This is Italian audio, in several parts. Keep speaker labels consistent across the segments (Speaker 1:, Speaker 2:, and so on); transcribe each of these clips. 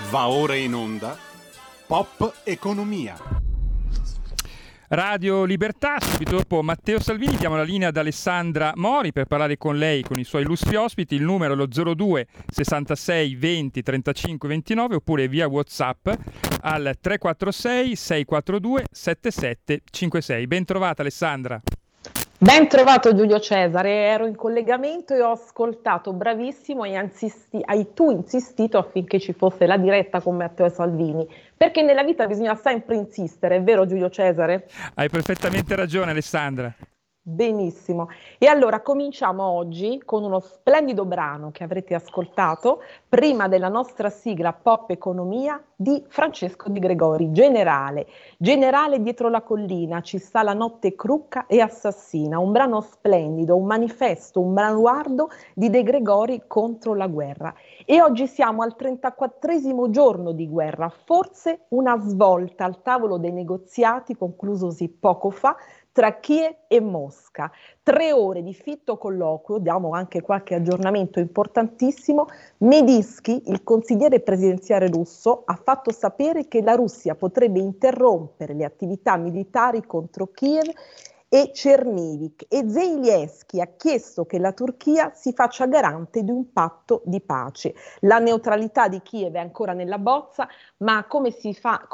Speaker 1: Va ora in onda Pop Economia.
Speaker 2: Radio Libertà, subito dopo Matteo Salvini diamo la linea ad Alessandra Mori per parlare con lei, con i suoi illustri ospiti. Il numero è lo 02 66 20 35 29 oppure via WhatsApp al 346 642 7756. Ben trovata Alessandra.
Speaker 3: Ben trovato Giulio Cesare, ero in collegamento e ho ascoltato, bravissimo, e hai tu insistito affinché ci fosse la diretta con Matteo Salvini, perché nella vita bisogna sempre insistere, è vero Giulio Cesare?
Speaker 2: Hai perfettamente ragione Alessandra.
Speaker 3: Benissimo, e allora cominciamo oggi con uno splendido brano che avrete ascoltato prima della nostra sigla Pop Economia di Francesco Di Gregori, Generale. Generale dietro la collina, ci sta la notte crucca e assassina, un brano splendido, un manifesto, un baluardo di De Gregori contro la guerra. E oggi siamo al 34esimo giorno di guerra, forse una svolta al tavolo dei negoziati conclusosi poco fa tra Kiev e Mosca. 3 ore di fitto colloquio, diamo anche qualche aggiornamento importantissimo. Medinskij, il consigliere presidenziale russo, ha fatto sapere che la Russia potrebbe interrompere le attività militari contro Kiev e Černivik, e Zelensky ha chiesto che la Turchia si faccia garante di un patto di pace. La neutralità di Kiev è ancora nella bozza, ma come si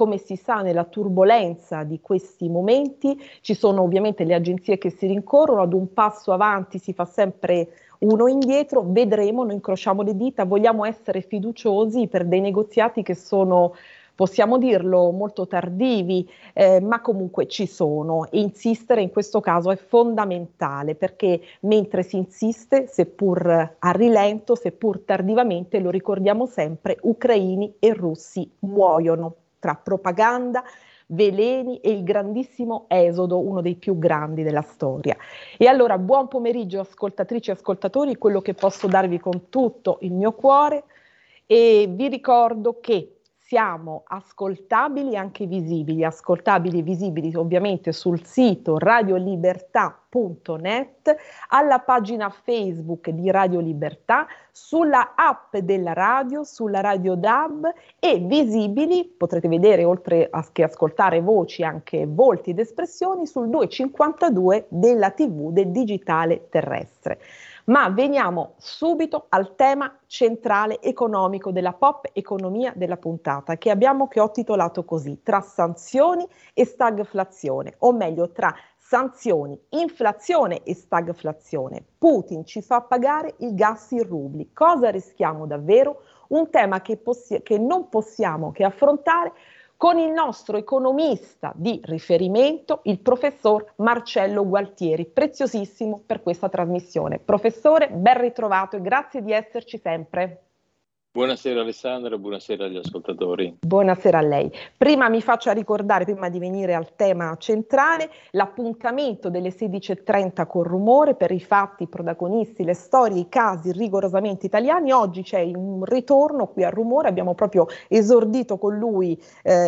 Speaker 3: sa nella turbolenza di questi momenti, ci sono ovviamente le agenzie che si rincorrono, ad un passo avanti si fa sempre uno indietro, vedremo, noi incrociamo le dita, vogliamo essere fiduciosi per dei negoziati che sono, possiamo dirlo, molto tardivi, ma comunque ci sono, e insistere in questo caso è fondamentale, perché mentre si insiste, seppur a rilento, seppur tardivamente, lo ricordiamo sempre, ucraini e russi muoiono tra propaganda, veleni e il grandissimo esodo, uno dei più grandi della storia. E allora buon pomeriggio ascoltatrici e ascoltatori, quello che posso darvi con tutto il mio cuore, e vi ricordo che siamo ascoltabili e anche visibili, ascoltabili e visibili ovviamente sul sito radiolibertà.net, alla pagina Facebook di Radio Libertà, sulla app della radio, sulla Radio DAB, e visibili, potrete vedere oltre a che ascoltare voci anche volti ed espressioni sul 252 della TV del digitale terrestre. Ma veniamo subito al tema centrale economico della pop economia della puntata, che ho titolato così: tra sanzioni e stagflazione, o meglio tra sanzioni, inflazione e stagflazione. Putin ci fa pagare il gas in rubli. Cosa rischiamo davvero? Un tema che non possiamo che affrontare con il nostro economista di riferimento, il professor Marcello Gualtieri, preziosissimo per questa trasmissione. Professore, ben ritrovato e grazie di esserci sempre.
Speaker 4: Buonasera Alessandra, buonasera agli ascoltatori.
Speaker 3: Buonasera a lei. Prima mi faccia ricordare, prima di venire al tema centrale, l'appuntamento delle 16:30 con Rumore per i fatti, i protagonisti, le storie, i casi rigorosamente italiani. Oggi c'è un ritorno qui a Rumore, abbiamo proprio esordito con lui,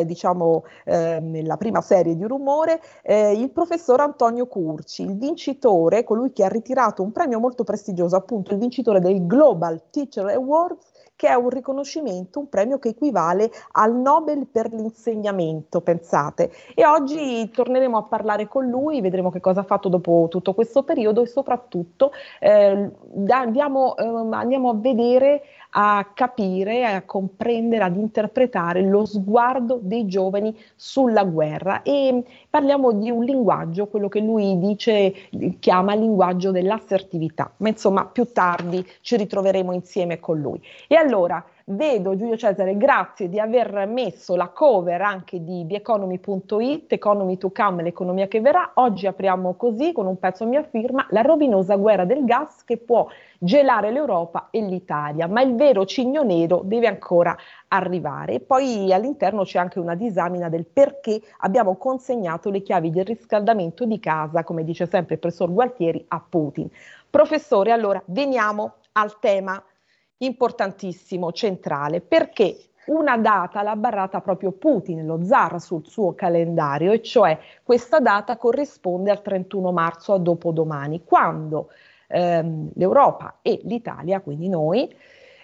Speaker 3: nella prima serie di Rumore, il professor Antonio Curci, il vincitore, colui che ha ritirato un premio molto prestigioso, appunto il vincitore del Global Teacher Awards, che è un riconoscimento, un premio che equivale al Nobel per l'insegnamento, pensate. E oggi torneremo a parlare con lui, vedremo che cosa ha fatto dopo tutto questo periodo, e soprattutto andiamo a vedere, a capire, a comprendere, ad interpretare lo sguardo dei giovani sulla guerra, e parliamo di un linguaggio, quello che lui chiama linguaggio dell'assertività, ma insomma più tardi ci ritroveremo insieme con lui. E allora vedo, Giulio Cesare, grazie di aver messo la cover anche di TheEconomy.it, Economy to Come, l'economia che verrà. Oggi apriamo così, con un pezzo a mia firma: la rovinosa guerra del gas che può gelare l'Europa e l'Italia, ma il vero cigno nero deve ancora arrivare. E poi all'interno c'è anche una disamina del perché abbiamo consegnato le chiavi del riscaldamento di casa, come dice sempre il professor Gualtieri, a Putin. Professore, allora veniamo al tema importantissimo, centrale, perché una data l'ha barrata proprio Putin, lo zar, sul suo calendario, e cioè questa data corrisponde al 31 marzo, a dopodomani, quando l'Europa e l'Italia, quindi noi,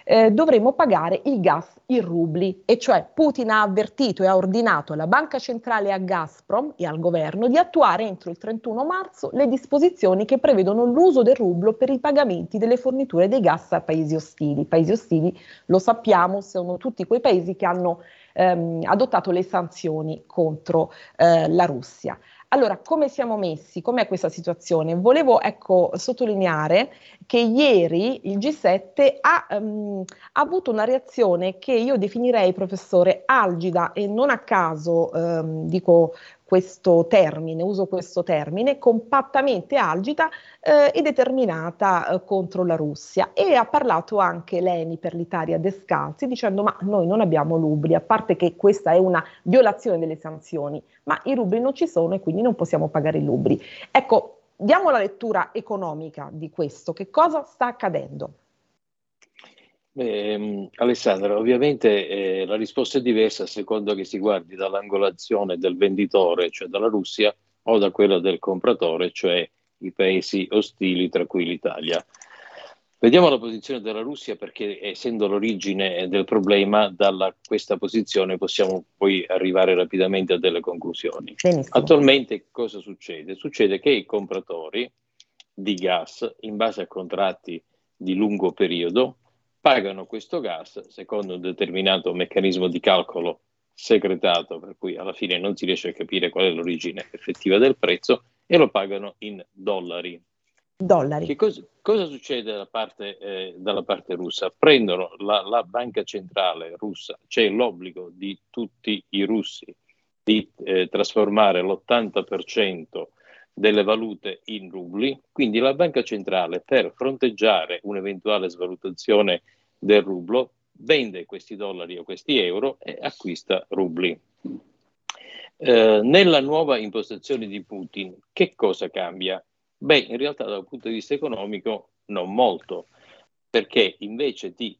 Speaker 3: dovremo pagare il gas in rubli, e cioè Putin ha avvertito e ha ordinato alla Banca Centrale e a Gazprom e al governo di attuare entro il 31 marzo le disposizioni che prevedono l'uso del rublo per i pagamenti delle forniture dei gas a paesi ostili. Paesi ostili, lo sappiamo, sono tutti quei paesi che hanno adottato le sanzioni contro la Russia. Allora, come siamo messi? Com'è questa situazione? Volevo sottolineare che ieri il G7 ha avuto una reazione che io definirei, professore, algida, e non a caso dico questo termine, uso questo termine, compattamente algida e determinata contro la Russia. E ha parlato anche l'ENI per l'Italia Descalzi dicendo: ma noi non abbiamo rubli, a parte che questa è una violazione delle sanzioni, ma i rubli non ci sono e quindi non possiamo pagare i rubli. Ecco, diamo la lettura economica di questo. Che cosa sta accadendo?
Speaker 4: Alessandra, ovviamente la risposta è diversa a seconda che si guardi dall'angolazione del venditore, cioè dalla Russia, o da quella del compratore, cioè i paesi ostili, tra cui l'Italia. Vediamo la posizione della Russia, perché essendo l'origine del problema, da questa posizione possiamo poi arrivare rapidamente a delle conclusioni.
Speaker 3: Benissimo.
Speaker 4: Attualmente cosa succede? Succede che i compratori di gas, in base a contratti di lungo periodo, pagano questo gas secondo un determinato meccanismo di calcolo segretato, per cui alla fine non si riesce a capire qual è l'origine effettiva del prezzo, e lo pagano in dollari. Che cosa succede dalla parte russa? Prendono la banca centrale russa, c'è l'obbligo di tutti i russi di trasformare l'80% delle valute in rubli, quindi la banca centrale, per fronteggiare un'eventuale svalutazione del rublo, vende questi dollari o questi euro e acquista rubli. Nella nuova impostazione di Putin, che cosa cambia? Beh, in realtà dal punto di vista economico non molto, perché invece di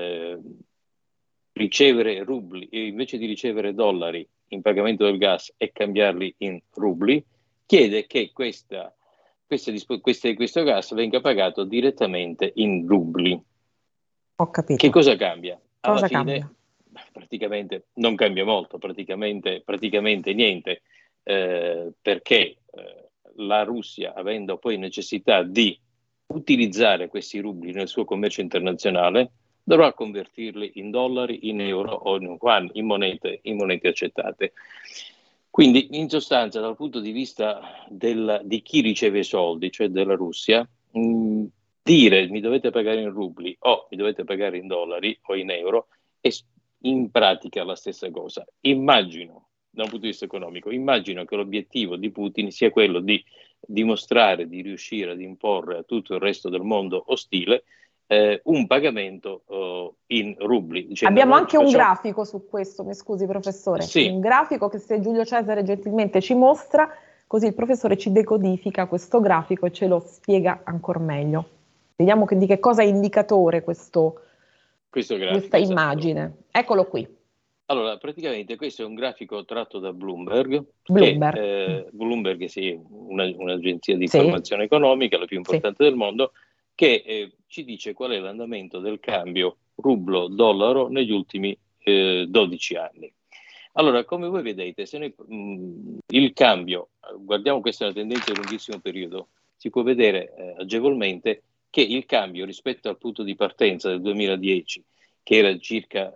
Speaker 4: ricevere rubli, invece di ricevere dollari in pagamento del gas e cambiarli in rubli, chiede che questo gas venga pagato direttamente in rubli.
Speaker 3: Ho capito.
Speaker 4: Che cosa cambia?
Speaker 3: Cosa
Speaker 4: Alla fine
Speaker 3: cambia?
Speaker 4: praticamente non cambia molto, praticamente niente, perché la Russia, avendo poi necessità di utilizzare questi rubli nel suo commercio internazionale, dovrà convertirli in dollari, in euro o in yuan, in monete accettate. Quindi, in sostanza, dal punto di vista di chi riceve i soldi, cioè della Russia, dire mi dovete pagare in rubli o mi dovete pagare in dollari o in euro è in pratica la stessa cosa. Immagino, da un punto di vista economico, immagino che l'obiettivo di Putin sia quello di dimostrare di riuscire ad imporre a tutto il resto del mondo ostile un pagamento in rubli.
Speaker 3: Abbiamo anche un grafico su questo, mi scusi professore,
Speaker 4: sì.
Speaker 3: Un grafico che se Giulio Cesare gentilmente ci mostra, così il professore ci decodifica questo grafico e ce lo spiega ancora meglio. Vediamo di che cosa è indicatore questo grafico, questa immagine. Esatto. Eccolo qui.
Speaker 4: Allora, praticamente questo è un grafico tratto da Bloomberg. Bloomberg sì, un'agenzia di informazione economica, la più importante del mondo, che ci dice qual è l'andamento del cambio rublo-dollaro negli ultimi 12 anni. Allora, come voi vedete, se noi il cambio, guardiamo, questa è una tendenza di lunghissimo periodo, si può vedere agevolmente che il cambio rispetto al punto di partenza del 2010, che era circa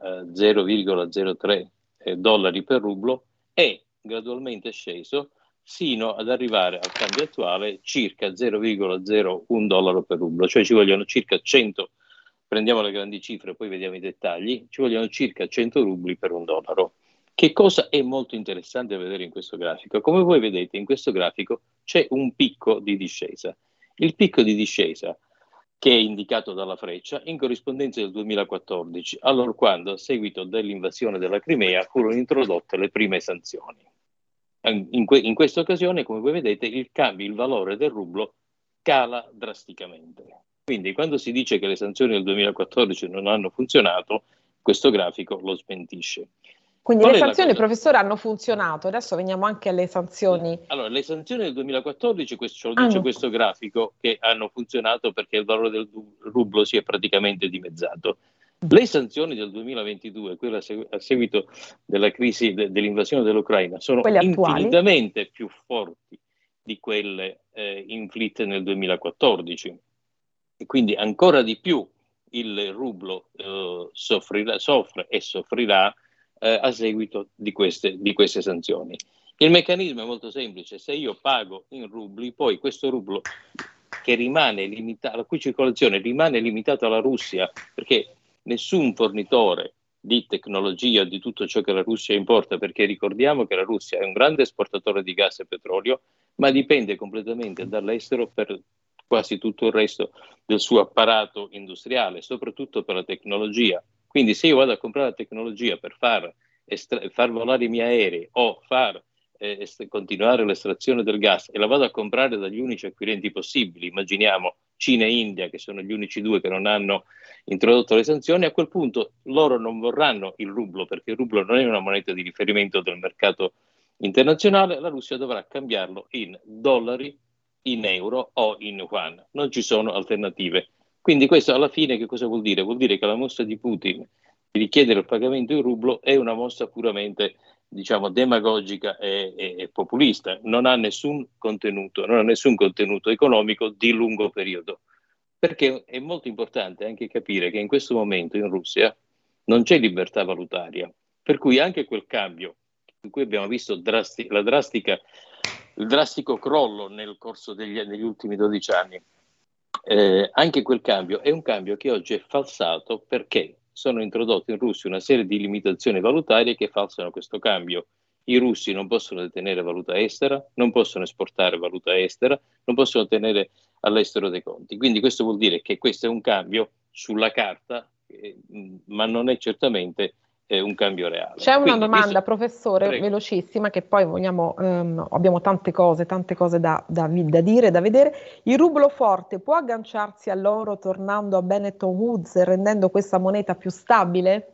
Speaker 4: 0,03 dollari per rublo, è gradualmente sceso sino ad arrivare al cambio attuale circa 0,01 dollaro per rublo, cioè ci vogliono circa 100, prendiamo le grandi cifre poi vediamo i dettagli, ci vogliono circa 100 rubli per un dollaro. Che cosa è molto interessante vedere in questo grafico? Come voi vedete in questo grafico c'è un picco di discesa. Il picco di discesa, che è indicato dalla freccia, in corrispondenza del 2014, allora quando, a seguito dell'invasione della Crimea, furono introdotte le prime sanzioni. In questa occasione, come voi vedete, il valore del rublo cala drasticamente. Quindi, quando si dice che le sanzioni del 2014 non hanno funzionato, questo grafico lo smentisce.
Speaker 3: Quindi le sanzioni, professore, hanno funzionato. Adesso veniamo anche alle sanzioni.
Speaker 4: Allora, le sanzioni del 2014, ce lo dice questo grafico, che hanno funzionato perché il valore del rublo si è praticamente dimezzato. Le sanzioni del 2022, quelle a seguito della crisi dell'invasione dell'Ucraina, sono infinitamente più forti di quelle inflitte nel 2014 e quindi ancora di più il rublo soffre e soffrirà a seguito di queste sanzioni. Il meccanismo è molto semplice: se io pago in rubli, poi questo rublo che rimane limitato, la cui circolazione rimane limitata alla Russia, perché nessun fornitore di tecnologia, di tutto ciò che la Russia importa, perché ricordiamo che la Russia è un grande esportatore di gas e petrolio, ma dipende completamente dall'estero per quasi tutto il resto del suo apparato industriale, soprattutto per la tecnologia. Quindi se io vado a comprare la tecnologia per far volare i miei aerei o continuare l'estrazione del gas e la vado a comprare dagli unici acquirenti possibili, immaginiamo Cina e India, che sono gli unici due che non hanno introdotto le sanzioni, a quel punto loro non vorranno il rublo, perché il rublo non è una moneta di riferimento del mercato internazionale, la Russia dovrà cambiarlo in dollari, in euro o in yuan. Non ci sono alternative. Quindi questo alla fine che cosa vuol dire? Vuol dire che la mossa di Putin di richiedere il pagamento in rublo è una mossa puramente, diciamo, demagogica e populista. Non ha nessun contenuto economico di lungo periodo. Perché è molto importante anche capire che in questo momento in Russia non c'è libertà valutaria, per cui anche quel cambio in cui abbiamo visto il drastico crollo nel corso degli ultimi 12 anni, anche quel cambio è un cambio che oggi è falsato perché sono introdotte in Russia una serie di limitazioni valutarie che falsano questo cambio. I russi non possono detenere valuta estera, non possono esportare valuta estera, non possono tenere all'estero dei conti. Quindi questo vuol dire che questo è un cambio sulla carta, ma non è certamente un cambio reale.
Speaker 3: C'è una domanda, professore,
Speaker 4: Prego.
Speaker 3: Velocissima, che poi vogliamo, abbiamo tante cose da dire, da vedere. Il rublo forte può agganciarsi all'oro tornando a Bretton Woods e rendendo questa moneta più stabile?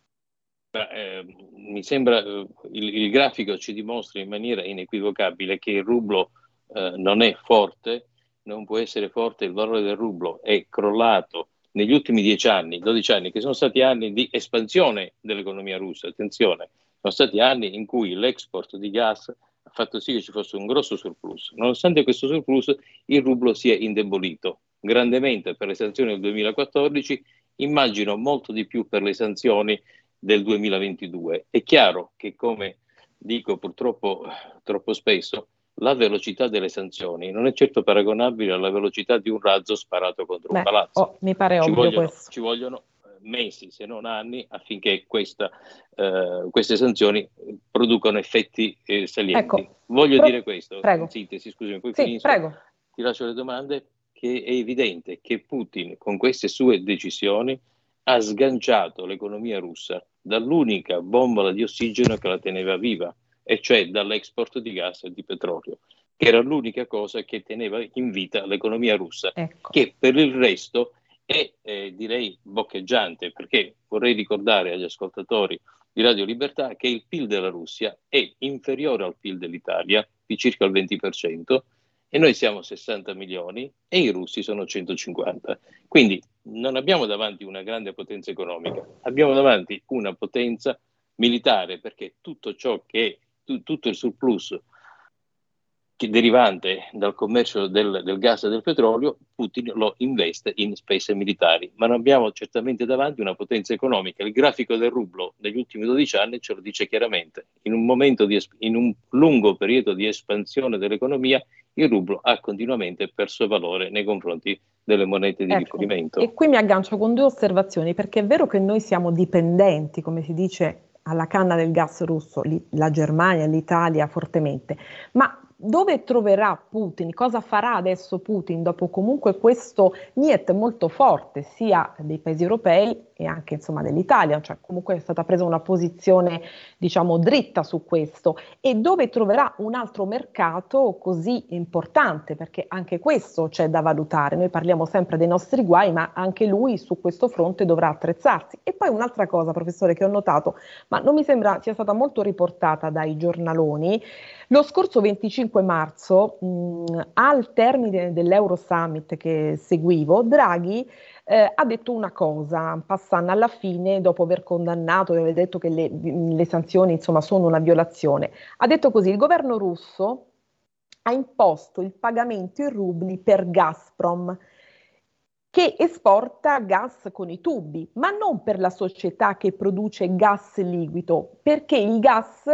Speaker 4: Mi sembra il grafico ci dimostra in maniera inequivocabile che il rublo non è forte, non può essere forte, il valore del rublo è crollato negli ultimi 10 anni, 12 anni, che sono stati anni di espansione dell'economia russa. Attenzione, sono stati anni in cui l'export di gas ha fatto sì che ci fosse un grosso surplus. Nonostante questo surplus, il rublo si è indebolito grandemente per le sanzioni del 2014, immagino molto di più per le sanzioni del 2022. È chiaro che, come dico purtroppo troppo spesso, la velocità delle sanzioni non è certo paragonabile alla velocità di un razzo sparato contro un palazzo.
Speaker 3: Mi pare ovvio questo.
Speaker 4: Ci vogliono mesi, se non anni, affinché queste sanzioni producano effetti salienti.
Speaker 3: Ecco,
Speaker 4: Voglio dire questo,
Speaker 3: prego.
Speaker 4: in sintesi, scusami, poi
Speaker 3: sì,
Speaker 4: finisco,
Speaker 3: prego.
Speaker 4: Ti lascio le domande, che è evidente che Putin con queste sue decisioni ha sganciato l'economia russa dall'unica bombola di ossigeno che la teneva viva, e cioè dall'export di gas e di petrolio, che era l'unica cosa che teneva in vita l'economia russa,
Speaker 3: ecco,
Speaker 4: che per il resto è direi boccheggiante, perché vorrei ricordare agli ascoltatori di Radio Libertà che il PIL della Russia è inferiore al PIL dell'Italia di circa il 20%, e noi siamo 60 milioni e i russi sono 150. Quindi non abbiamo davanti una grande potenza economica, abbiamo davanti una potenza militare, perché tutto ciò che tutto il surplus derivante dal commercio del gas e del petrolio, Putin lo investe in spese militari, ma non abbiamo certamente davanti una potenza economica. Il grafico del rublo negli ultimi 12 anni ce lo dice chiaramente. In un lungo periodo di espansione dell'economia, il rublo ha continuamente perso valore nei confronti delle monete di riferimento.
Speaker 3: E qui mi aggancio con due osservazioni, perché è vero che noi siamo dipendenti, come si dice, alla canna del gas russo, la Germania, l'Italia fortemente, ma dove troverà Putin? Cosa farà adesso Putin dopo comunque questo niet molto forte sia dei paesi europei e anche insomma dell'Italia, cioè comunque è stata presa una posizione diciamo dritta su questo, e dove troverà un altro mercato così importante, perché anche questo c'è da valutare. Noi parliamo sempre dei nostri guai, ma anche lui su questo fronte dovrà attrezzarsi. E poi un'altra cosa, professore, che ho notato, ma non mi sembra sia stata molto riportata dai giornaloni. Lo scorso 25 marzo, al termine dell'Euro Summit che seguivo, Draghi ha detto una cosa, passando alla fine, dopo aver condannato e aver detto che le sanzioni, insomma, sono una violazione. Ha detto così: il governo russo ha imposto il pagamento in rubli per Gazprom, che esporta gas con i tubi, ma non per la società che produce gas liquido, perché il gas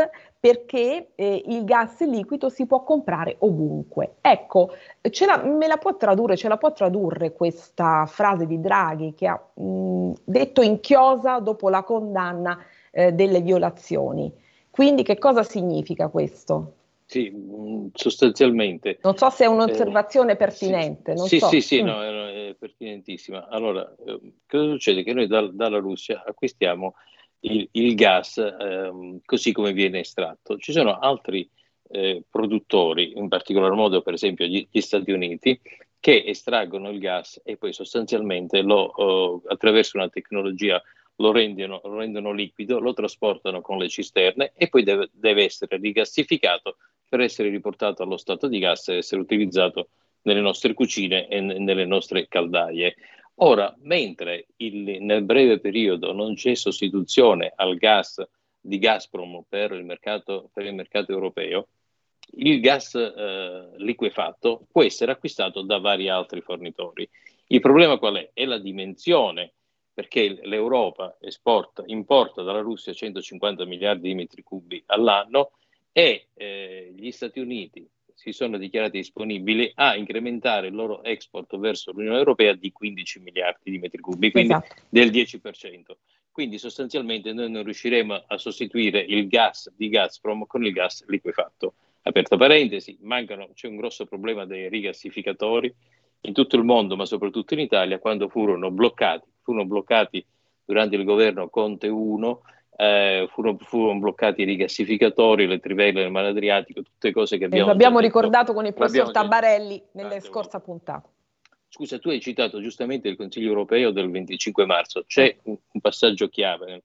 Speaker 3: liquido si può comprare ovunque. Ecco, me la può tradurre, ce la può tradurre questa frase di Draghi che ha detto in chiosa dopo la condanna delle violazioni. Quindi che cosa significa questo?
Speaker 4: Sì, sostanzialmente.
Speaker 3: Non so se è un'osservazione pertinente.
Speaker 4: Sì, no, è pertinentissima. Allora, cosa succede? Che noi dalla Russia acquistiamo il gas così come viene estratto. Ci sono altri produttori, in particolar modo per esempio gli Stati Uniti, che estraggono il gas e poi sostanzialmente attraverso una tecnologia lo rendono liquido, lo trasportano con le cisterne e poi deve essere rigassificato per essere riportato allo stato di gas e essere utilizzato nelle nostre cucine e nelle nostre caldaie. Ora, mentre nel breve periodo non c'è sostituzione al gas di Gazprom per il mercato europeo, il gas liquefatto può essere acquistato da vari altri fornitori. Il problema qual è? È la dimensione, perché l'Europa importa dalla Russia 150 miliardi di metri cubi all'anno e gli Stati Uniti si sono dichiarati disponibili a incrementare il loro export verso l'Unione Europea di 15 miliardi di metri cubi, quindi del 10%. Quindi sostanzialmente noi non riusciremo a sostituire il gas di Gazprom con il gas liquefatto. Aperta parentesi, c'è un grosso problema dei rigassificatori in tutto il mondo, ma soprattutto in Italia, quando furono bloccati durante il governo Conte 1, furono bloccati i rigassificatori, le trivelle del Mar Adriatico, tutte cose che
Speaker 3: abbiamo ricordato con il professor Tabarelli nelle scorsa puntata.
Speaker 4: Scusa, tu hai citato giustamente il Consiglio europeo del 25 marzo. C'è un passaggio chiave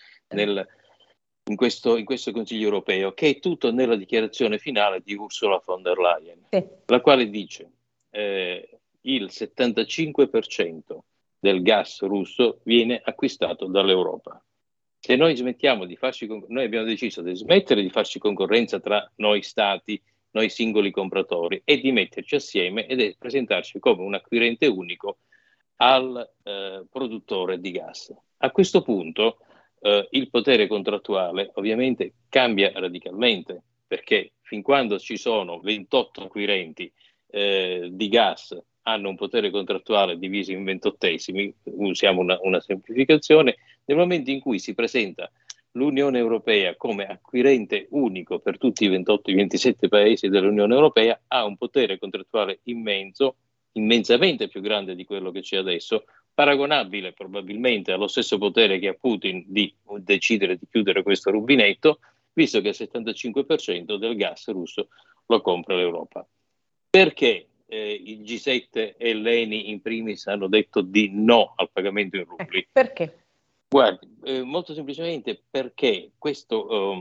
Speaker 4: in questo Consiglio europeo, che è tutto nella dichiarazione finale di Ursula von der Leyen, la quale dice il 75% del gas russo viene acquistato dall'Europa. Se noi noi abbiamo deciso di smettere di farci concorrenza tra noi stati, noi singoli compratori, e di metterci assieme ed presentarci come un acquirente unico al produttore di gas. A questo punto il potere contrattuale ovviamente cambia radicalmente, perché fin quando ci sono 28 acquirenti di gas hanno un potere contrattuale diviso in 28esimi, usiamo una semplificazione. Nel momento in cui si presenta l'Unione Europea come acquirente unico per tutti i 27 paesi dell'Unione Europea, ha un potere contrattuale immensamente più grande di quello che c'è adesso, paragonabile probabilmente allo stesso potere che ha Putin di decidere di chiudere questo rubinetto, visto che il 75% del gas russo lo compra l'Europa. Perché il G7 e l'ENI in primis hanno detto di no al pagamento in rubli?
Speaker 3: Perché?
Speaker 4: Guardi, molto semplicemente perché questa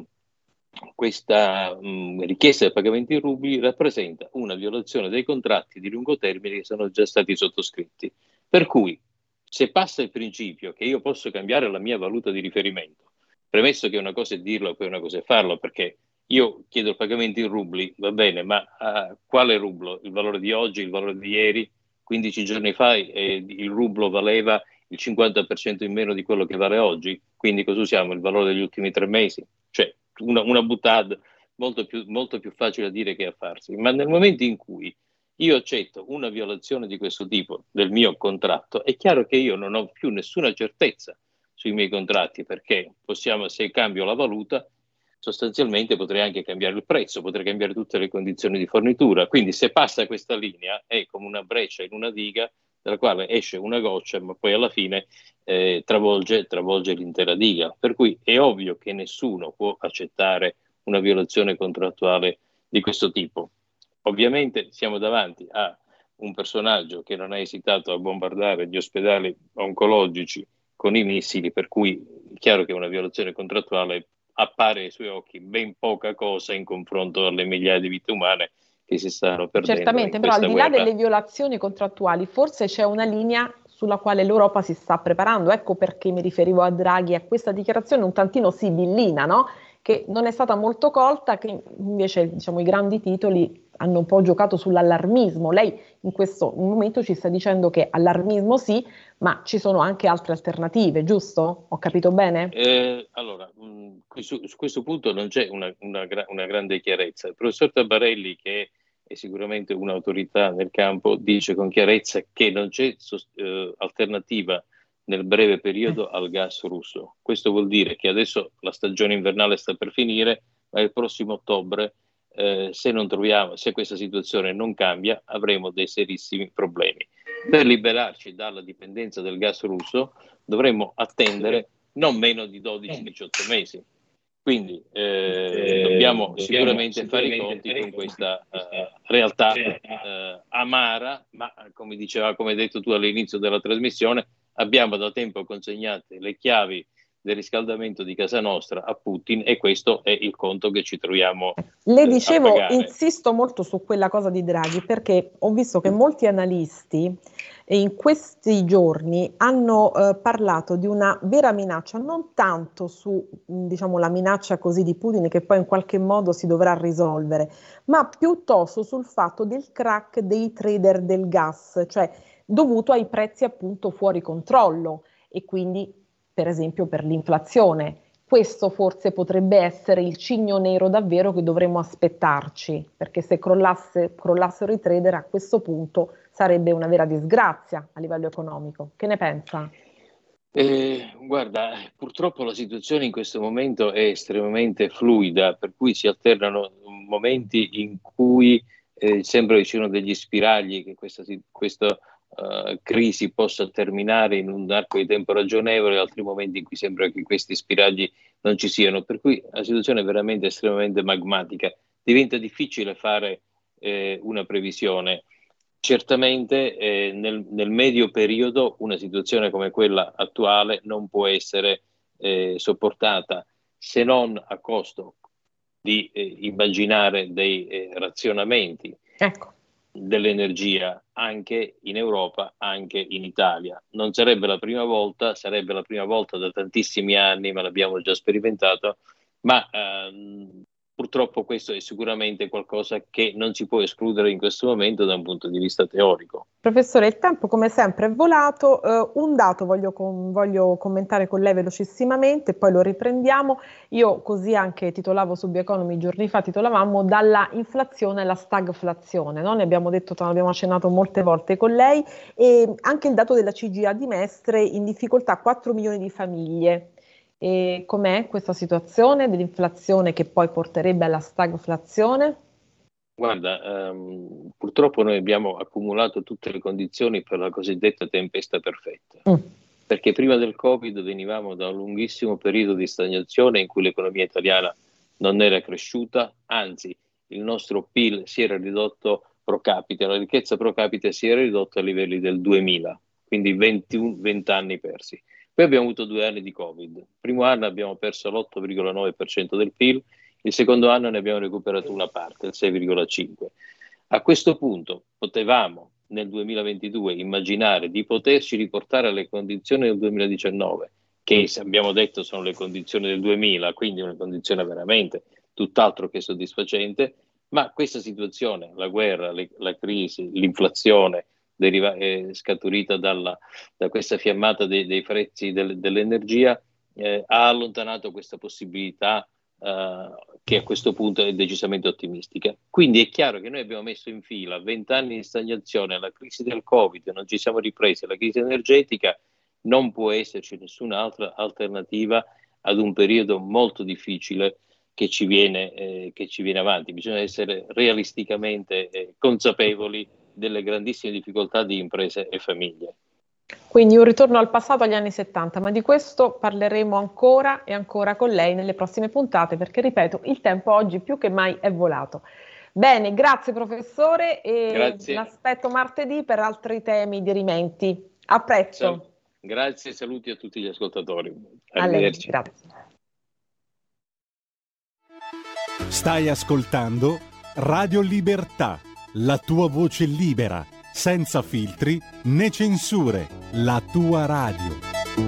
Speaker 4: richiesta del pagamento in rubli rappresenta una violazione dei contratti di lungo termine che sono già stati sottoscritti. Per cui, se passa il principio che io posso cambiare la mia valuta di riferimento, premesso che una cosa è dirlo e poi una cosa è farlo, perché io chiedo il pagamento in rubli, va bene, ma quale rublo? Il valore di oggi, il valore di ieri? 15 giorni fa il rublo valeva il 50% in meno di quello che vale oggi, quindi cosa usiamo? Il valore degli ultimi 3 mesi? Cioè una boutade molto più facile a dire che a farsi. Ma nel momento in cui io accetto una violazione di questo tipo del mio contratto, è chiaro che io non ho più nessuna certezza sui miei contratti, perché se cambio la valuta, sostanzialmente potrei anche cambiare il prezzo, potrei cambiare tutte le condizioni di fornitura. Quindi se passa questa linea è come una breccia in una diga dalla quale esce una goccia, ma poi alla fine travolge l'intera diga. Per cui è ovvio che nessuno può accettare una violazione contrattuale di questo tipo. Ovviamente siamo davanti a un personaggio che non ha esitato a bombardare gli ospedali oncologici con i missili, per cui è chiaro che una violazione contrattuale appare ai suoi occhi ben poca cosa in confronto alle migliaia di vite umane che si stanno perdendo.
Speaker 3: Certamente, però al di là delle violazioni contrattuali, forse c'è una linea sulla quale l'Europa si sta preparando. Ecco perché mi riferivo a Draghi, a questa dichiarazione un tantino sibillina, no? Che non è stata molto colta, che invece diciamo, i grandi titoli hanno un po' giocato sull'allarmismo. Lei in questo momento ci sta dicendo che allarmismo sì, ma ci sono anche altre alternative, giusto? Ho capito bene?
Speaker 4: Allora, su questo punto non c'è una grande chiarezza. Il professor Tabarelli, che è sicuramente un'autorità nel campo, dice con chiarezza che non c'è alternativa nel breve periodo al gas russo. Questo vuol dire che adesso la stagione invernale sta per finire, ma il prossimo ottobre, se questa situazione non cambia, avremo dei serissimi problemi. Per liberarci dalla dipendenza del gas russo dovremmo attendere non meno di 12-18 mesi. Quindi dobbiamo sicuramente fare i conti con questa realtà amara, ma come hai detto tu all'inizio della trasmissione, abbiamo da tempo consegnate le chiavi del riscaldamento di casa nostra a Putin e questo è il conto che ci troviamo
Speaker 3: Le dicevo,
Speaker 4: a pagare.
Speaker 3: insisto molto su quella cosa di Draghi perché ho visto che molti analisti in questi giorni hanno parlato di una vera minaccia, non tanto su diciamo, la minaccia così di Putin che poi in qualche modo si dovrà risolvere, ma piuttosto sul fatto del crack dei trader del gas, cioè dovuto ai prezzi appunto fuori controllo e quindi per esempio per l'inflazione. Questo forse potrebbe essere il cigno nero davvero che dovremmo aspettarci, perché se crollassero i trader a questo punto sarebbe una vera disgrazia a livello economico. Che ne pensa?
Speaker 4: Guarda, purtroppo la situazione in questo momento è estremamente fluida, per cui si alternano momenti in cui sembra che ci siano degli spiragli, che questa crisi possa terminare in un arco di tempo ragionevole, e altri momenti in cui sembra che questi spiragli non ci siano, per cui la situazione è veramente estremamente magmatica. Diventa difficile fare una previsione. Certamente nel medio periodo una situazione come quella attuale non può essere sopportata se non a costo di immaginare dei razionamenti dell'energia anche in Europa, anche in Italia. Non sarebbe la prima volta, sarebbe la prima volta da tantissimi anni, ma l'abbiamo già sperimentato, ma purtroppo questo è sicuramente qualcosa che non si può escludere in questo momento da un punto di vista teorico.
Speaker 3: Professore, il tempo come sempre è volato. Un dato voglio commentare con lei velocissimamente, poi lo riprendiamo. Io così anche titolavo su Bioeconomy giorni fa, titolavamo dalla inflazione alla stagflazione, no? Ne abbiamo detto, abbiamo accennato molte volte con lei, e anche il dato della CGIA di Mestre in difficoltà 4 milioni di famiglie. E com'è questa situazione dell'inflazione che poi porterebbe alla stagflazione?
Speaker 4: Guarda, purtroppo noi abbiamo accumulato tutte le condizioni per la cosiddetta tempesta perfetta, perché prima del Covid venivamo da un lunghissimo periodo di stagnazione in cui l'economia italiana non era cresciuta, anzi il nostro PIL si era ridotto pro capite, la ricchezza pro capite si era ridotta a livelli del 2000, quindi 20 anni persi. Poi abbiamo avuto 2 anni di Covid. Il primo anno abbiamo perso l'8,9% del PIL, il secondo anno ne abbiamo recuperato una parte, il 6,5%. A questo punto potevamo nel 2022 immaginare di poterci riportare alle condizioni del 2019, che abbiamo detto sono le condizioni del 2000, quindi una condizione veramente tutt'altro che soddisfacente, ma questa situazione, la guerra, la crisi, l'inflazione, scaturita da questa fiammata dei prezzi dell'energia, ha allontanato questa possibilità che a questo punto è decisamente ottimistica. Quindi è chiaro che noi abbiamo messo in fila 20 anni di stagnazione, la crisi del Covid, non ci siamo ripresi, la crisi energetica, non può esserci nessun'altra alternativa ad un periodo molto difficile che ci viene avanti. Bisogna essere realisticamente consapevoli delle grandissime difficoltà di imprese e famiglie.
Speaker 3: Quindi un ritorno al passato, agli anni 70, ma di questo parleremo ancora e ancora con lei nelle prossime puntate, perché ripeto, il tempo oggi più che mai è volato. Bene, grazie professore e l'aspetto martedì per altri temi dirimenti. A presto.
Speaker 4: Grazie, saluti a tutti gli ascoltatori.
Speaker 3: Arrivederci. Grazie.
Speaker 1: Stai ascoltando Radio Libertà, la tua voce libera, senza filtri né censure, la tua radio.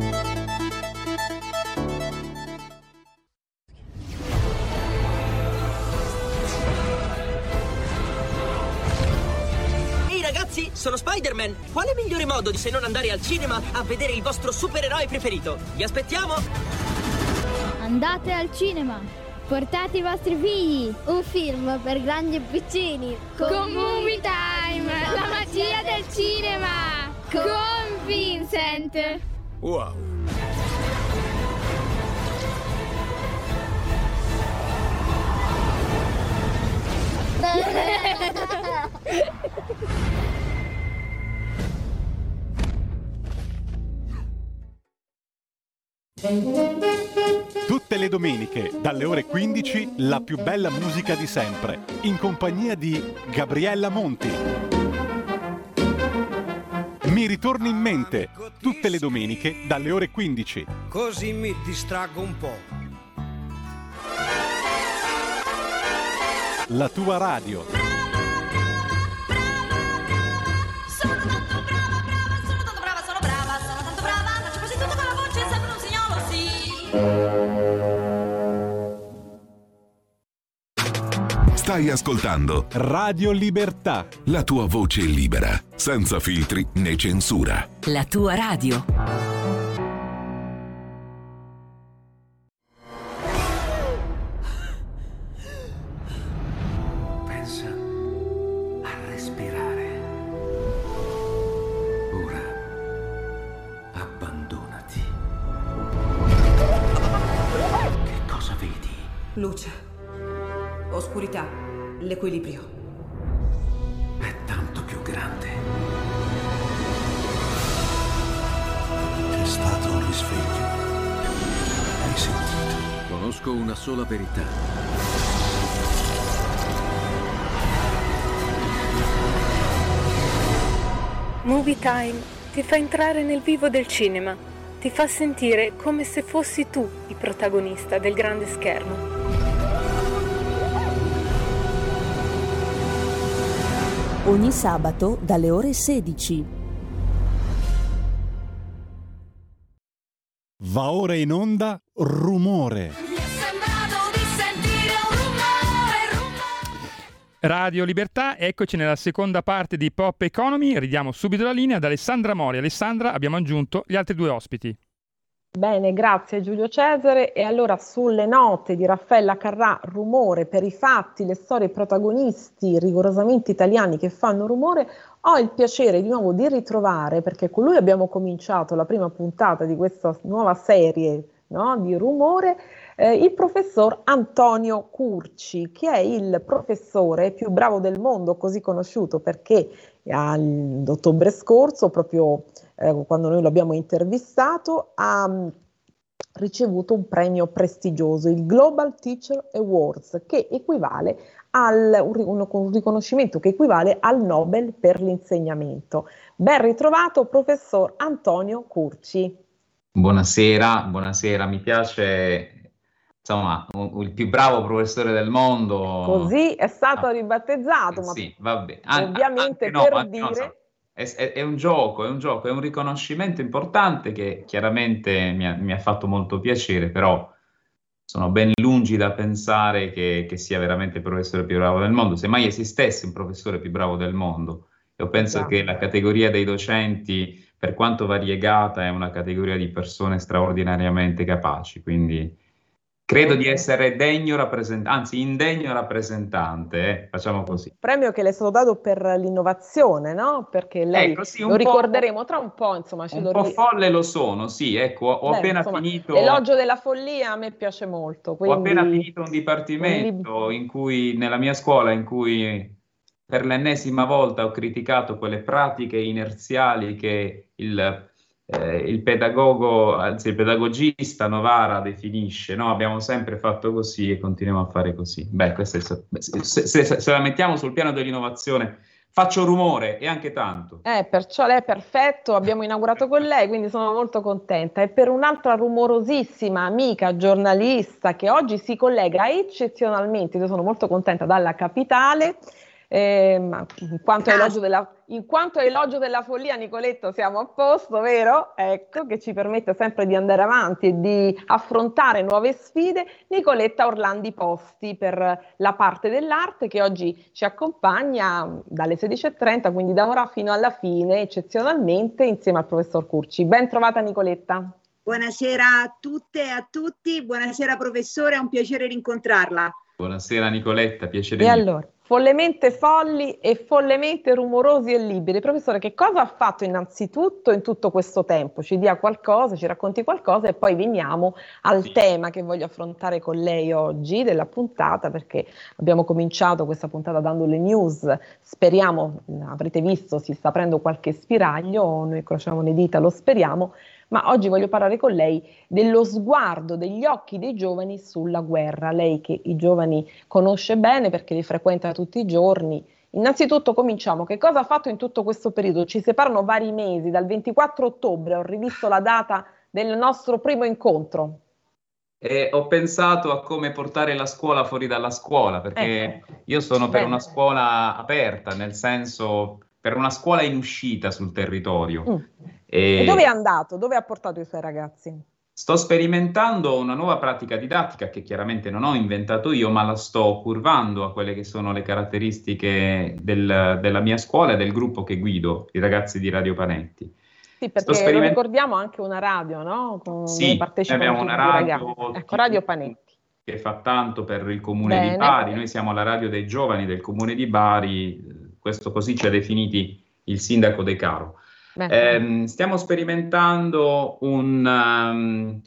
Speaker 5: Ehi ragazzi, sono Spider-Man! Quale migliore modo di se non andare al cinema a vedere il vostro supereroe preferito? Vi aspettiamo!
Speaker 6: Andate al cinema! Portate i vostri figli!
Speaker 7: Un film per grandi e piccini!
Speaker 6: Con Movie Time! La magia del cinema! Con Vincent!
Speaker 8: Wow!
Speaker 1: Tutte le domeniche, dalle ore 15, la più bella musica di sempre, in compagnia di Gabriella Monti. Mi ritorni in mente, tutte le domeniche, dalle ore 15.
Speaker 8: Così mi distraggo un po'.
Speaker 1: La tua radio.
Speaker 9: Sono tanto brava, faccio quasi tutto con la voce, sembra un signolo, sì.
Speaker 10: Stai ascoltando
Speaker 1: Radio Libertà.
Speaker 10: la tua voce libera, senza filtri né censura.
Speaker 11: La tua radio.
Speaker 8: Pensa a respirare. Ora abbandonati. Che cosa vedi?
Speaker 12: Luce, oscurità, l'equilibrio.
Speaker 8: È tanto più grande.
Speaker 13: C'è stato un risveglio. Hai sentito?
Speaker 14: Conosco una sola verità.
Speaker 15: Movie Time ti fa entrare nel vivo del cinema, ti fa sentire come se fossi tu il protagonista del grande schermo.
Speaker 11: Ogni sabato dalle ore 16.
Speaker 1: Va ora in onda Rumore.
Speaker 2: Radio Libertà, eccoci nella seconda parte di Pop Economy. Ridiamo subito la linea ad Alessandra Mori. Alessandra, abbiamo aggiunto gli altri due ospiti.
Speaker 3: Bene, grazie Giulio Cesare. E allora sulle note di Raffaella Carrà, rumore per i fatti, le storie, i protagonisti rigorosamente italiani che fanno rumore, ho il piacere di nuovo di ritrovare, perché con lui abbiamo cominciato la prima puntata di questa nuova serie, no, di rumore, il professor Antonio Curci, che è il professore più bravo del mondo, così conosciuto perché all'ottobre scorso, proprio quando noi l'abbiamo intervistato, ha ricevuto un premio prestigioso, il Global Teacher Awards, che equivale un riconoscimento che equivale al Nobel per l'insegnamento. Ben ritrovato, professor Antonio Curci.
Speaker 16: Buonasera, mi piace, insomma, il più bravo professore del mondo.
Speaker 3: Così è stato ribattezzato, ma
Speaker 16: sì, vabbè.
Speaker 3: Ovviamente
Speaker 16: no,
Speaker 3: per dire...
Speaker 16: È un gioco, è un riconoscimento importante che chiaramente mi ha fatto molto piacere, però sono ben lungi da pensare che sia veramente il professore più bravo del mondo, semmai esistesse un professore più bravo del mondo. Io penso che la categoria dei docenti, per quanto variegata, è una categoria di persone straordinariamente capaci, quindi credo di essere indegno rappresentante, facciamo così.
Speaker 3: Premio che le è stato dato per l'innovazione, no? Perché lei lo ricorderemo tra un po', insomma.
Speaker 16: Un po' folle lo sono, sì, ecco, ho appena finito...
Speaker 3: L'elogio della follia a me piace molto. Quindi...
Speaker 16: Ho appena finito un dipartimento nella mia scuola in cui per l'ennesima volta ho criticato quelle pratiche inerziali che il pedagogo, anzi il pedagogista Novara definisce, no? Abbiamo sempre fatto così e continuiamo a fare così. Beh, se la mettiamo sul piano dell'innovazione, faccio rumore e anche tanto.
Speaker 3: Perciò lei è perfetto, abbiamo inaugurato con lei, quindi sono molto contenta. E per un'altra rumorosissima amica giornalista che oggi si collega eccezionalmente, io sono molto contenta, dalla capitale, Ma in quanto è elogio della follia, Nicoletta, siamo a posto, vero? Ecco, che ci permette sempre di andare avanti e di affrontare nuove sfide. Nicoletta Orlandi Posti per la parte dell'arte, che oggi ci accompagna dalle 16:30, quindi da ora fino alla fine, eccezionalmente, insieme al professor Curci. Ben trovata, Nicoletta.
Speaker 17: Buonasera a tutte e a tutti, buonasera professore, è un piacere rincontrarla.
Speaker 16: Buonasera Nicoletta, piacere.
Speaker 3: E allora, follemente folli e follemente rumorosi e liberi. Professore, che cosa ha fatto innanzitutto in tutto questo tempo? Ci dia qualcosa, ci racconti qualcosa e poi veniamo al tema che voglio affrontare con lei oggi della puntata, perché abbiamo cominciato questa puntata dando le news, speriamo, avrete visto, si sta aprendo qualche spiraglio, noi crociamo le dita, lo speriamo. Ma oggi voglio parlare con lei dello sguardo degli occhi dei giovani sulla guerra. Lei che i giovani conosce bene perché li frequenta tutti i giorni. Innanzitutto cominciamo. Che cosa ha fatto in tutto questo periodo? Ci separano vari mesi, dal 24 ottobre, ho rivisto la data del nostro primo incontro.
Speaker 16: Ho pensato a come portare la scuola fuori dalla scuola, perché io sono per una scuola aperta, nel senso per una scuola in uscita sul territorio.
Speaker 3: E dove è andato? Dove ha portato i suoi ragazzi?
Speaker 16: Sto sperimentando una nuova pratica didattica che chiaramente non ho inventato io, ma la sto curvando a quelle che sono le caratteristiche della mia scuola e del gruppo che guido, i ragazzi di Radio Panetti.
Speaker 3: Sì, perché lo ricordiamo anche una radio, no?
Speaker 16: Sì, abbiamo una radio,
Speaker 3: ecco, Radio Panetti,
Speaker 16: che fa tanto per il comune di Bari. Noi siamo la radio dei giovani del comune di Bari, questo così ci ha definiti il sindaco De Caro. Stiamo sperimentando un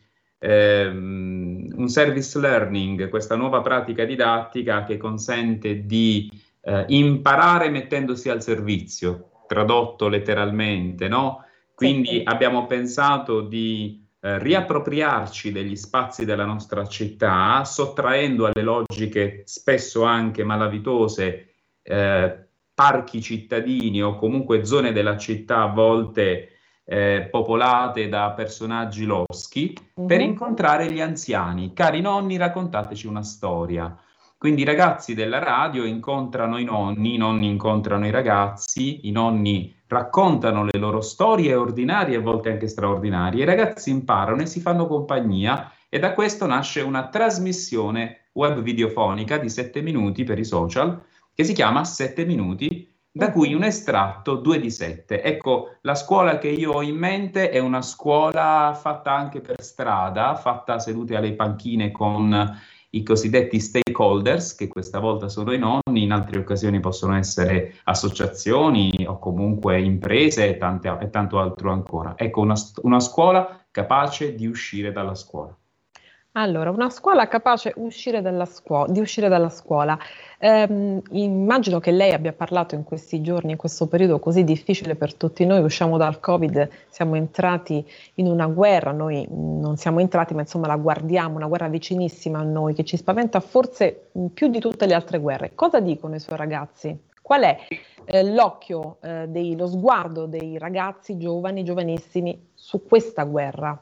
Speaker 16: service learning, questa nuova pratica didattica che consente di imparare mettendosi al servizio, tradotto letteralmente, no? Quindi abbiamo pensato di riappropriarci degli spazi della nostra città, sottraendo alle logiche spesso anche malavitose parchi cittadini o comunque zone della città a volte popolate da personaggi loschi, per incontrare gli anziani. Cari nonni, raccontateci una storia. Quindi i ragazzi della radio incontrano i nonni incontrano i ragazzi, i nonni raccontano le loro storie ordinarie e a volte anche straordinarie, i ragazzi imparano e si fanno compagnia, e da questo nasce una trasmissione web videofonica di 7 minuti per i social, che si chiama 7 minuti, da cui un estratto 2 di 7. Ecco, la scuola che io ho in mente è una scuola fatta anche per strada, fatta seduti alle panchine con i cosiddetti stakeholders, che questa volta sono i nonni, in altre occasioni possono essere associazioni o comunque imprese e tanto altro ancora. Ecco, una scuola capace di uscire dalla scuola.
Speaker 3: Allora, una scuola capace di uscire dalla scuola. Immagino che lei abbia parlato in questi giorni, in questo periodo così difficile per tutti noi. Usciamo dal Covid, siamo entrati in una guerra, noi non siamo entrati, ma insomma la guardiamo, una guerra vicinissima a noi, che ci spaventa forse più di tutte le altre guerre. Cosa dicono i suoi ragazzi? Qual è l'occhio, lo sguardo dei ragazzi giovani, giovanissimi su questa guerra?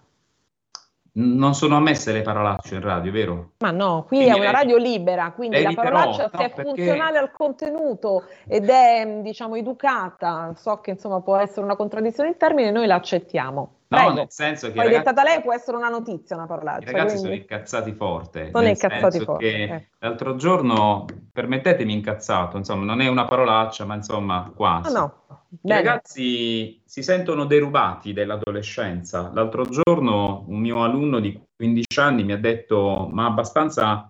Speaker 16: Non sono ammesse le parolacce in radio, vero?
Speaker 3: Ma no, qui quindi è una radio libera, quindi la parolaccia se è funzionale al contenuto ed è, diciamo, educata, so che insomma può essere una contraddizione in termini, noi la accettiamo.
Speaker 16: No, nel senso che
Speaker 3: poi dettata lei può essere una notizia, una parolaccia.
Speaker 16: I ragazzi sono incazzati forte.
Speaker 3: Sono incazzati forte.
Speaker 16: L'altro giorno, permettetemi, incazzato, insomma, non è una parolaccia, ma insomma quasi.
Speaker 3: No.
Speaker 16: I ragazzi si sentono derubati dell'adolescenza. L'altro giorno un mio alunno di 15 anni mi ha detto, ma abbastanza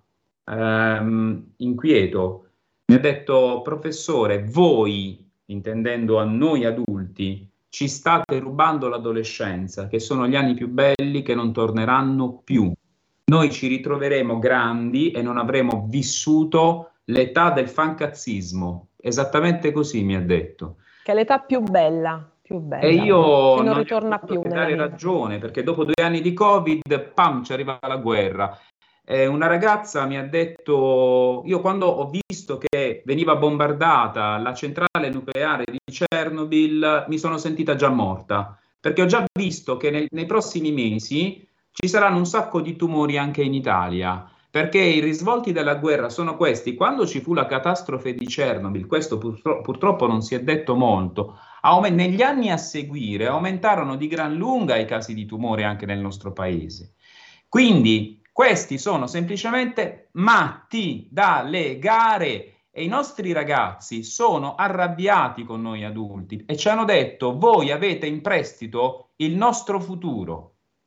Speaker 16: inquieto, mi ha detto: professore, voi, intendendo a noi adulti, ci state rubando l'adolescenza, che sono gli anni più belli che non torneranno più. Noi ci ritroveremo grandi e non avremo vissuto l'età del fancazzismo. Esattamente così mi ha detto.
Speaker 3: Che è l'età più bella.
Speaker 16: E io
Speaker 3: che non ritorna più.
Speaker 16: Dare ragione, perché dopo 2 anni di Covid, pam, ci arriva la guerra. Una ragazza mi ha detto, io quando ho visto che veniva bombardata la centrale nucleare di Chernobyl, mi sono sentita già morta, perché ho già visto che nei prossimi mesi ci saranno un sacco di tumori anche in Italia. perché i risvolti della guerra sono questi. Quando ci fu la catastrofe di Chernobyl, questo purtroppo non si è detto molto, negli anni a seguire aumentarono di gran lunga i casi di tumore anche nel nostro paese. Quindi questi sono semplicemente matti da legare e i nostri ragazzi sono arrabbiati con noi adulti e ci hanno detto: voi avete in prestito il nostro futuro.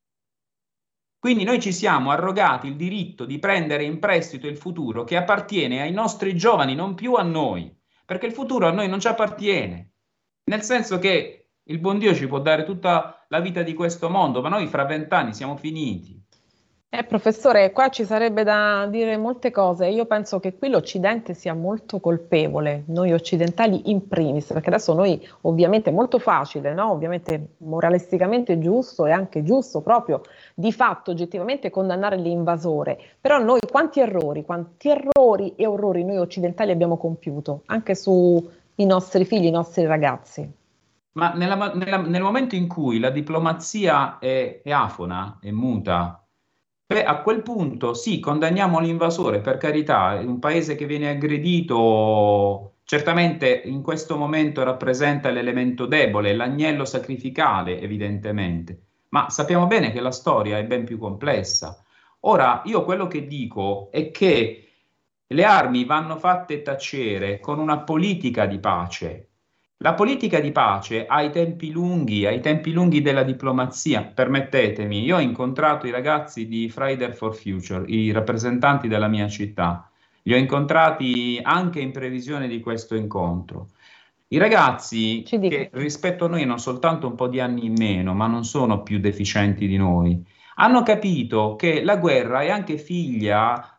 Speaker 16: Quindi noi ci siamo arrogati il diritto di prendere in prestito il futuro che appartiene ai nostri giovani, non più a noi, perché il futuro a noi non ci appartiene, nel senso che il buon Dio ci può dare tutta la vita di questo mondo, ma noi fra 20 anni siamo finiti.
Speaker 3: Professore, qua ci sarebbe da dire molte cose. Io penso che qui l'Occidente sia molto colpevole, noi occidentali in primis, perché adesso noi ovviamente è molto facile, no? Ovviamente moralisticamente giusto e anche giusto proprio di fatto oggettivamente condannare l'invasore, però noi quanti errori e orrori noi occidentali abbiamo compiuto, anche sui nostri figli, i nostri ragazzi.
Speaker 16: Ma nel momento in cui la diplomazia è afona, è muta, a quel punto sì, condanniamo l'invasore, per carità, è un paese che viene aggredito, certamente in questo momento rappresenta l'elemento debole, l'agnello sacrificale evidentemente, ma sappiamo bene che la storia è ben più complessa. Ora, io quello che dico è che le armi vanno fatte tacere con una politica di pace. La politica di pace ha i tempi lunghi della diplomazia. Permettetemi, io ho incontrato i ragazzi di Fridays for Future, i rappresentanti della mia città. Li ho incontrati anche in previsione di questo incontro. I ragazzi che rispetto a noi hanno soltanto un po' di anni in meno, ma non sono più deficienti di noi, hanno capito che la guerra è anche figlia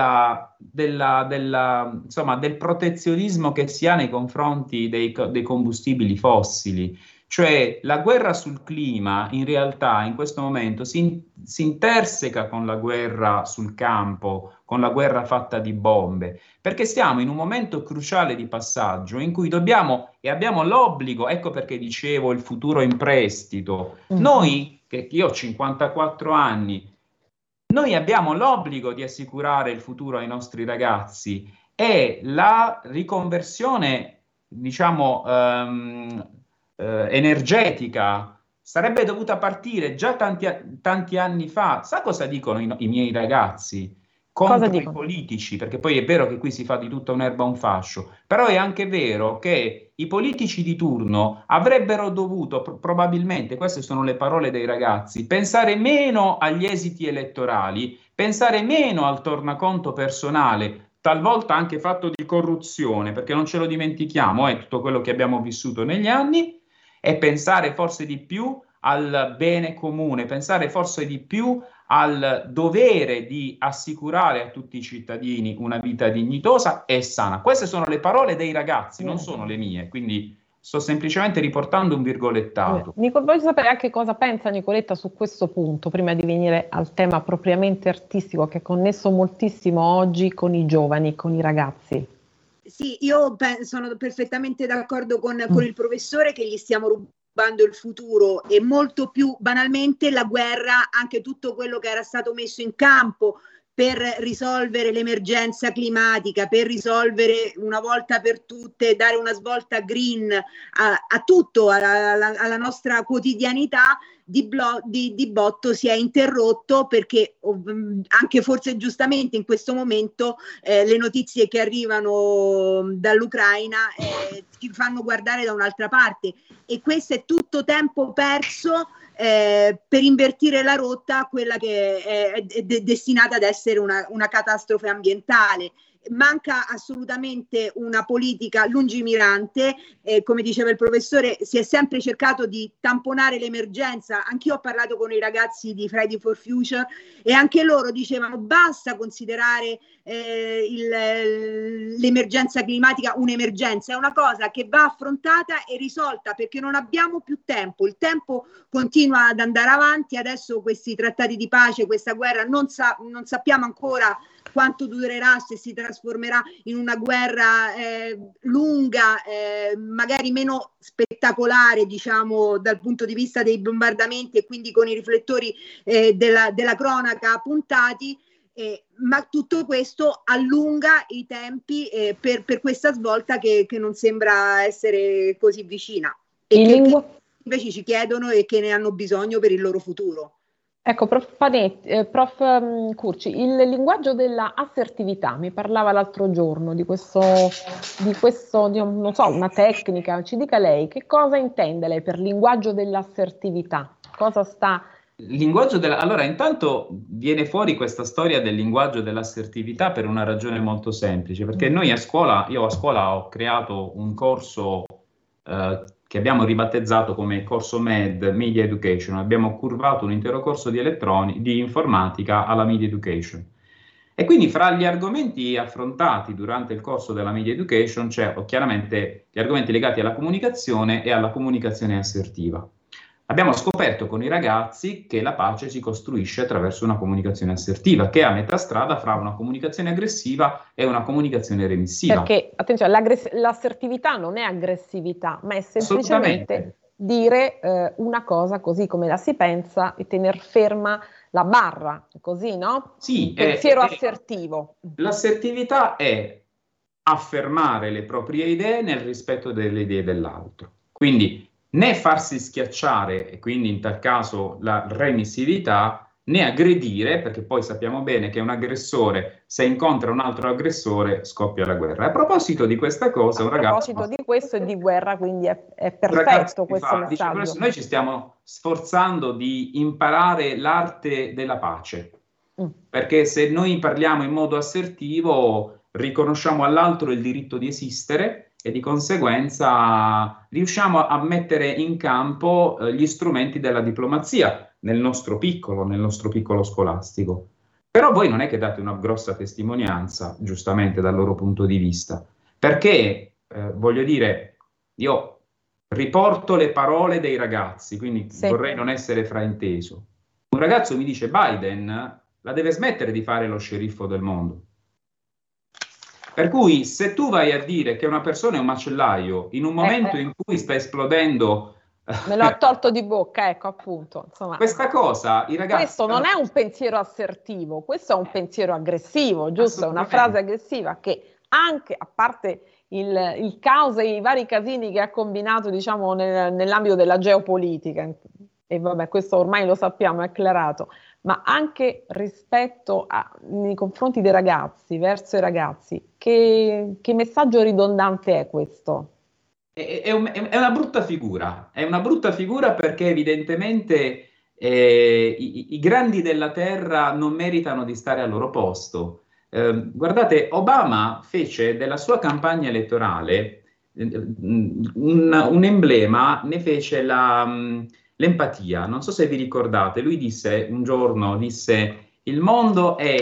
Speaker 16: insomma, del protezionismo che si ha nei confronti dei combustibili fossili. Cioè la guerra sul clima in realtà in questo momento si interseca con la guerra sul campo, con la guerra fatta di bombe, perché stiamo in un momento cruciale di passaggio in cui dobbiamo e abbiamo l'obbligo, ecco perché dicevo il futuro in prestito. Noi, che io ho 54 anni, noi abbiamo l'obbligo di assicurare il futuro ai nostri ragazzi e la riconversione, diciamo, energetica sarebbe dovuta partire già tanti anni fa. Sa cosa dicono i miei ragazzi contro i politici? Perché poi è vero che qui si fa di tutta un'erba un fascio, però è anche vero che i politici di turno avrebbero dovuto probabilmente, queste sono le parole dei ragazzi, pensare meno agli esiti elettorali, pensare meno al tornaconto personale, talvolta anche fatto di corruzione, perché non ce lo dimentichiamo, è tutto quello che abbiamo vissuto negli anni, e pensare forse di più al bene comune, pensare forse di più al dovere di assicurare a tutti i cittadini una vita dignitosa e sana. Queste sono le parole dei ragazzi, non sono le mie, quindi sto semplicemente riportando un virgolettato.
Speaker 3: Voglio sapere anche cosa pensa Nicoletta su questo punto, prima di venire al tema propriamente artistico che è connesso moltissimo oggi con i giovani, con i ragazzi.
Speaker 17: Sì, io sono perfettamente d'accordo con il professore che gli stiamo rubando il futuro e molto più banalmente la guerra, anche tutto quello che era stato messo in campo per risolvere l'emergenza climatica, per risolvere una volta per tutte, dare una svolta green a tutto, alla nostra quotidianità, di botto si è interrotto perché anche forse giustamente in questo momento le notizie che arrivano dall'Ucraina ci fanno guardare da un'altra parte e questo è tutto tempo perso per invertire la rotta, quella che è destinata ad essere una catastrofe ambientale. Manca assolutamente una politica lungimirante, come diceva il professore, si è sempre cercato di tamponare l'emergenza. Anch'io ho parlato con i ragazzi di Fridays for Future e anche loro dicevano basta considerare l'emergenza climatica un'emergenza, è una cosa che va affrontata e risolta perché non abbiamo più tempo, il tempo continua ad andare avanti, adesso questi trattati di pace, questa guerra non sappiamo ancora quanto durerà, se si trasformerà in una guerra lunga, magari meno spettacolare, diciamo, dal punto di vista dei bombardamenti e quindi con i riflettori della cronaca puntati. ma tutto questo allunga i tempi per questa svolta che non sembra essere così vicina e che invece ci chiedono e che ne hanno bisogno per il loro futuro.
Speaker 3: Ecco, prof Curci, il linguaggio della assertività, mi parlava l'altro giorno di questo, non so, una tecnica, ci dica lei, che cosa intende lei per linguaggio dell'assertività? Cosa sta...
Speaker 16: Allora, intanto viene fuori questa storia del linguaggio dell'assertività per una ragione molto semplice, perché io a scuola ho creato un corso che abbiamo ribattezzato come corso MED, Media Education. Abbiamo curvato un intero corso di informatica alla Media Education. E quindi fra gli argomenti affrontati durante il corso della Media Education c'è chiaramente gli argomenti legati alla comunicazione e alla comunicazione assertiva. Abbiamo scoperto con i ragazzi che la pace si costruisce attraverso una comunicazione assertiva, che è a metà strada fra una comunicazione aggressiva e una comunicazione remissiva.
Speaker 3: Perché, attenzione, l'assertività non è aggressività, ma è semplicemente dire una cosa così come la si pensa e tener ferma la barra, così, no?
Speaker 16: Sì.
Speaker 3: Pensiero assertivo.
Speaker 16: L'assertività è affermare le proprie idee nel rispetto delle idee dell'altro. Quindi né farsi schiacciare, e quindi in tal caso la remissività, né aggredire, perché poi sappiamo bene che un aggressore, se incontra un altro aggressore, scoppia la guerra. A proposito di questa cosa, un ragazzo...
Speaker 3: A proposito di questo e di guerra, quindi è perfetto questo messaggio.
Speaker 16: Dice, noi ci stiamo sforzando di imparare l'arte della pace, perché se noi parliamo in modo assertivo, riconosciamo all'altro il diritto di esistere, e di conseguenza riusciamo a mettere in campo gli strumenti della diplomazia nel nostro piccolo scolastico. Però voi non è che date una grossa testimonianza, giustamente dal loro punto di vista, perché, voglio dire, io riporto le parole dei ragazzi, quindi vorrei non essere frainteso. Un ragazzo mi dice: Biden la deve smettere di fare lo sceriffo del mondo. Per cui se tu vai a dire che una persona è un macellaio in un momento in cui sta esplodendo...
Speaker 3: Me l'ho tolto di bocca, ecco, appunto. Insomma,
Speaker 16: questa cosa, i ragazzi...
Speaker 3: Questo non è un pensiero assertivo, questo è un pensiero aggressivo, giusto? È una frase aggressiva che anche, a parte il caos e i vari casini che ha combinato, diciamo, nell'ambito della geopolitica, e vabbè, questo ormai lo sappiamo, è acclarato, ma anche rispetto nei confronti dei ragazzi, verso i ragazzi, che messaggio ridondante è questo?
Speaker 16: È una brutta figura, perché evidentemente i grandi della terra non meritano di stare al loro posto. Guardate, Obama fece della sua campagna elettorale un emblema, ne fece l'empatia. Non so se vi ricordate, lui disse un giorno, il mondo è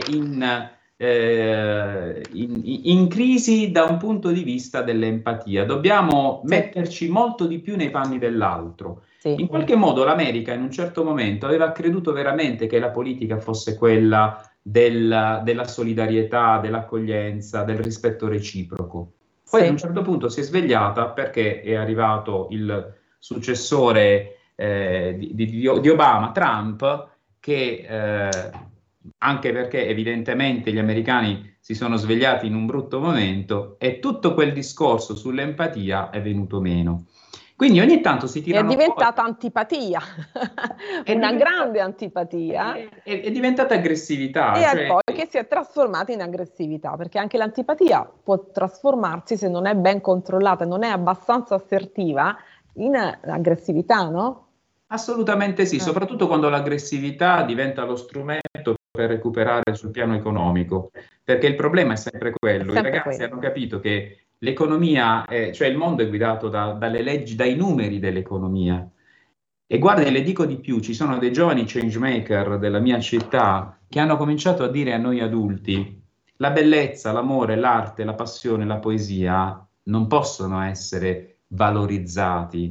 Speaker 16: in crisi da un punto di vista dell'empatia, dobbiamo metterci molto di più nei panni dell'altro. In qualche modo l'America in un certo momento aveva creduto veramente che la politica fosse quella della solidarietà, dell'accoglienza, del rispetto reciproco. Poi a un certo punto si è svegliata perché è arrivato il successore di Obama, Trump, che anche perché evidentemente gli americani si sono svegliati in un brutto momento e tutto quel discorso sull'empatia è venuto meno. Quindi ogni tanto si tirano
Speaker 3: fuori. È diventata antipatia, grande antipatia.
Speaker 16: È diventata aggressività.
Speaker 3: E poi che si è trasformata in aggressività, perché anche l'antipatia può trasformarsi, se non è ben controllata, non è abbastanza assertiva, in aggressività, no?
Speaker 16: Assolutamente sì, soprattutto quando l'aggressività diventa lo strumento per recuperare sul piano economico, perché il problema è sempre quello. I ragazzi hanno capito che l'economia, cioè il mondo è guidato dalle leggi, dai numeri dell'economia. E guardi, le dico di più, ci sono dei giovani changemaker della mia città che hanno cominciato a dire a noi adulti: la bellezza, l'amore, l'arte, la passione, la poesia non possono essere valorizzati.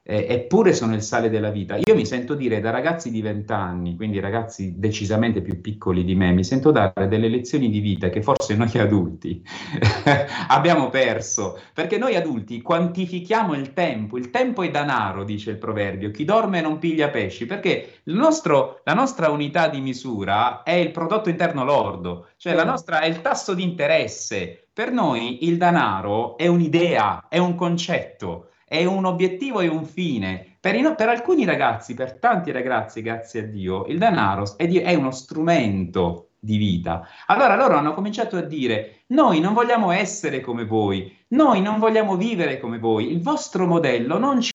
Speaker 16: eppure sono il sale della vita. Io mi sento dire da ragazzi di 20 anni, quindi ragazzi decisamente più piccoli di me, mi sento dare delle lezioni di vita che forse noi adulti abbiamo perso, perché noi adulti quantifichiamo il tempo è denaro, dice il proverbio, chi dorme non piglia pesci, perché la nostra unità di misura è il prodotto interno lordo, cioè la nostra è il tasso di interesse. Per noi il denaro è un'idea, è un concetto, è un obiettivo e un fine. Per alcuni ragazzi, per tanti ragazzi, grazie a Dio, il denaro è uno strumento di vita. Allora loro hanno cominciato a dire: noi non vogliamo essere come voi, noi non vogliamo vivere come voi, il vostro modello non ci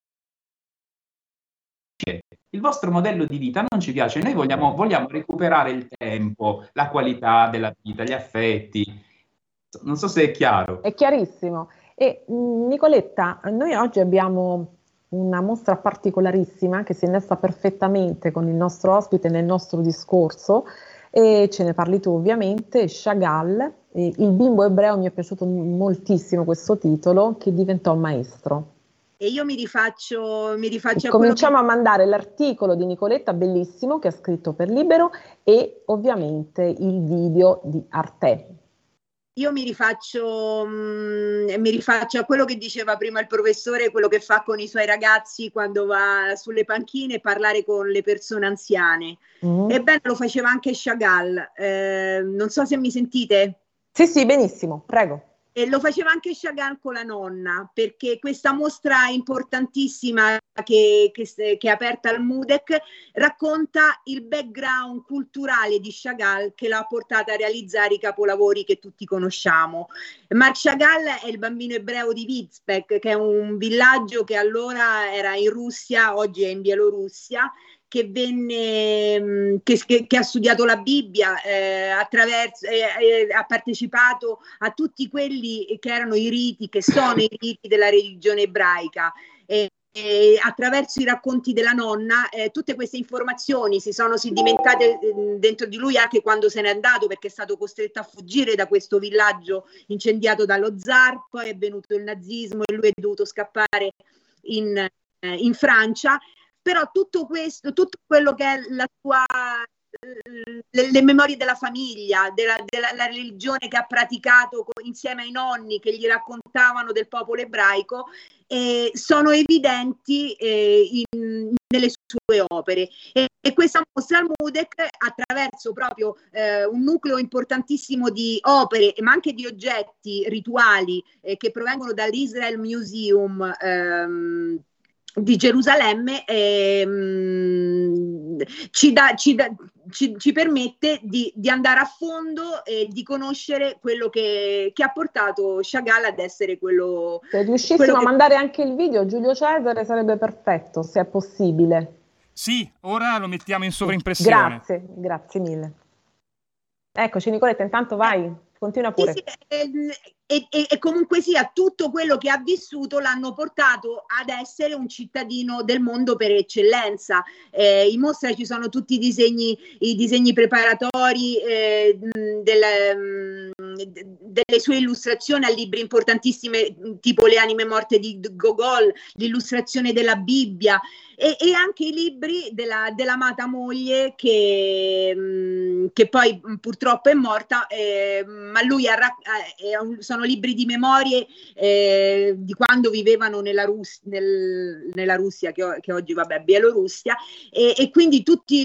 Speaker 16: piace, il vostro modello di vita non ci piace, noi vogliamo recuperare il tempo, la qualità della vita, gli affetti. Non so se è chiaro.
Speaker 3: È chiarissimo. E Nicoletta, noi oggi abbiamo una mostra particolarissima che si innesta perfettamente con il nostro ospite nel nostro discorso, e ce ne parli tu ovviamente, Chagall, il bimbo ebreo. Mi è piaciuto moltissimo questo titolo, che diventò maestro.
Speaker 17: E io mi rifaccio a
Speaker 3: cominciamo a mandare l'articolo di Nicoletta, bellissimo, che ha scritto per Libero, e ovviamente il video di Arte.
Speaker 17: Io mi rifaccio a quello che diceva prima il professore, quello che fa con i suoi ragazzi quando va sulle panchine a parlare con le persone anziane. Ebbene, lo faceva anche Chagall. Non so se mi sentite.
Speaker 3: Sì, benissimo, prego.
Speaker 17: E lo faceva anche Chagall con la nonna, perché questa mostra importantissima che è aperta al MUDEC racconta il background culturale di Chagall che l'ha portata a realizzare i capolavori che tutti conosciamo. Marc Chagall è il bambino ebreo di Vízbek, che è un villaggio che allora era in Russia, oggi è in Bielorussia, che ha studiato la Bibbia, ha partecipato a tutti quelli che erano i riti, che sono i riti della religione ebraica. E attraverso i racconti della nonna tutte queste informazioni si sono sedimentate dentro di lui anche quando se n'è andato, perché è stato costretto a fuggire da questo villaggio incendiato dallo zar, poi è venuto il nazismo e lui è dovuto scappare in Francia. Però tutto questo, tutto quello che è la sua, le memorie della famiglia, della religione che ha praticato insieme ai nonni che gli raccontavano del popolo ebraico, sono evidenti nelle sue opere. E questa mostra al MUDEC, attraverso proprio un nucleo importantissimo di opere, ma anche di oggetti rituali che provengono dall'Israel Museum di Gerusalemme, ci permette di andare a fondo e di conoscere quello che ha portato Chagall ad essere quello.
Speaker 3: Se riuscissimo a mandare anche il video, Giulio Cesare, sarebbe perfetto, se è possibile.
Speaker 2: Sì, ora lo mettiamo in sovraimpressione.
Speaker 3: Grazie mille. Eccoci Nicoletta, intanto vai, continua pure.
Speaker 17: Sì, e comunque sia, tutto quello che ha vissuto l'hanno portato ad essere un cittadino del mondo per eccellenza. In mostra ci sono tutti i disegni preparatori delle sue illustrazioni a libri importantissime, tipo Le anime morte di Gogol, l'illustrazione della Bibbia, e anche i libri dell'amata moglie che poi purtroppo è morta, ma lui sono libri di memorie di quando vivevano nella Russia, che oggi vabbè Bielorussia, e quindi tutti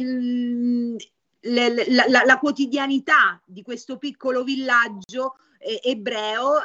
Speaker 17: la quotidianità di questo piccolo villaggio ebreo,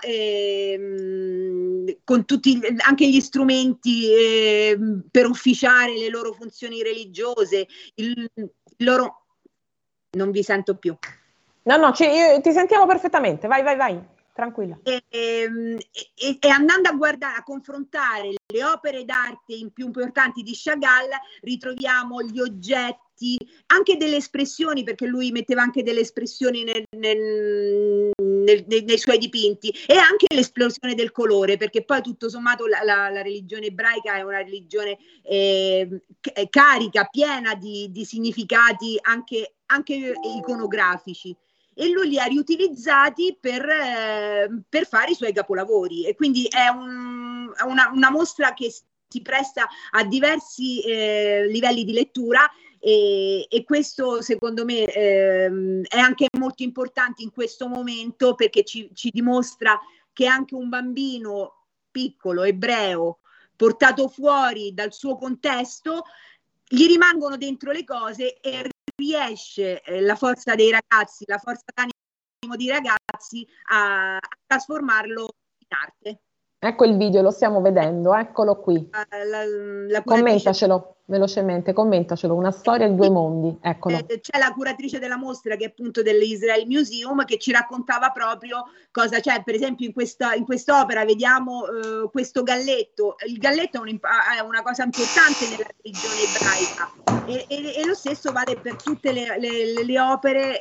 Speaker 17: con tutti anche gli strumenti per ufficiare le loro funzioni religiose, loro. Non vi sento più.
Speaker 3: No, ti sentiamo perfettamente, vai, tranquilla.
Speaker 17: E andando a guardare, a confrontare le opere d'arte più importanti di Chagall, ritroviamo gli oggetti, anche delle espressioni, perché lui metteva anche delle espressioni nei suoi dipinti, e anche l'esplosione del colore, perché poi tutto sommato la religione ebraica è una religione carica, piena di significati anche iconografici, e lui li ha riutilizzati per fare i suoi capolavori. E quindi è una mostra che si presta a diversi livelli di lettura. E questo secondo me è anche molto importante in questo momento, perché ci dimostra che anche un bambino piccolo, ebreo, portato fuori dal suo contesto, gli rimangono dentro le cose e riesce la forza dei ragazzi, la forza d'animo dei ragazzi a trasformarlo in arte.
Speaker 3: Ecco il video, lo stiamo vedendo, eccolo qui. Commentacelo velocemente, commentacelo, una storia di due mondi, eccolo.
Speaker 17: C'è la curatrice della mostra, che è appunto dell'Israel Museum, che ci raccontava proprio cosa c'è. Per esempio in quest'opera vediamo questo galletto. Il galletto è una cosa importante nella religione ebraica, e lo stesso vale per tutte le opere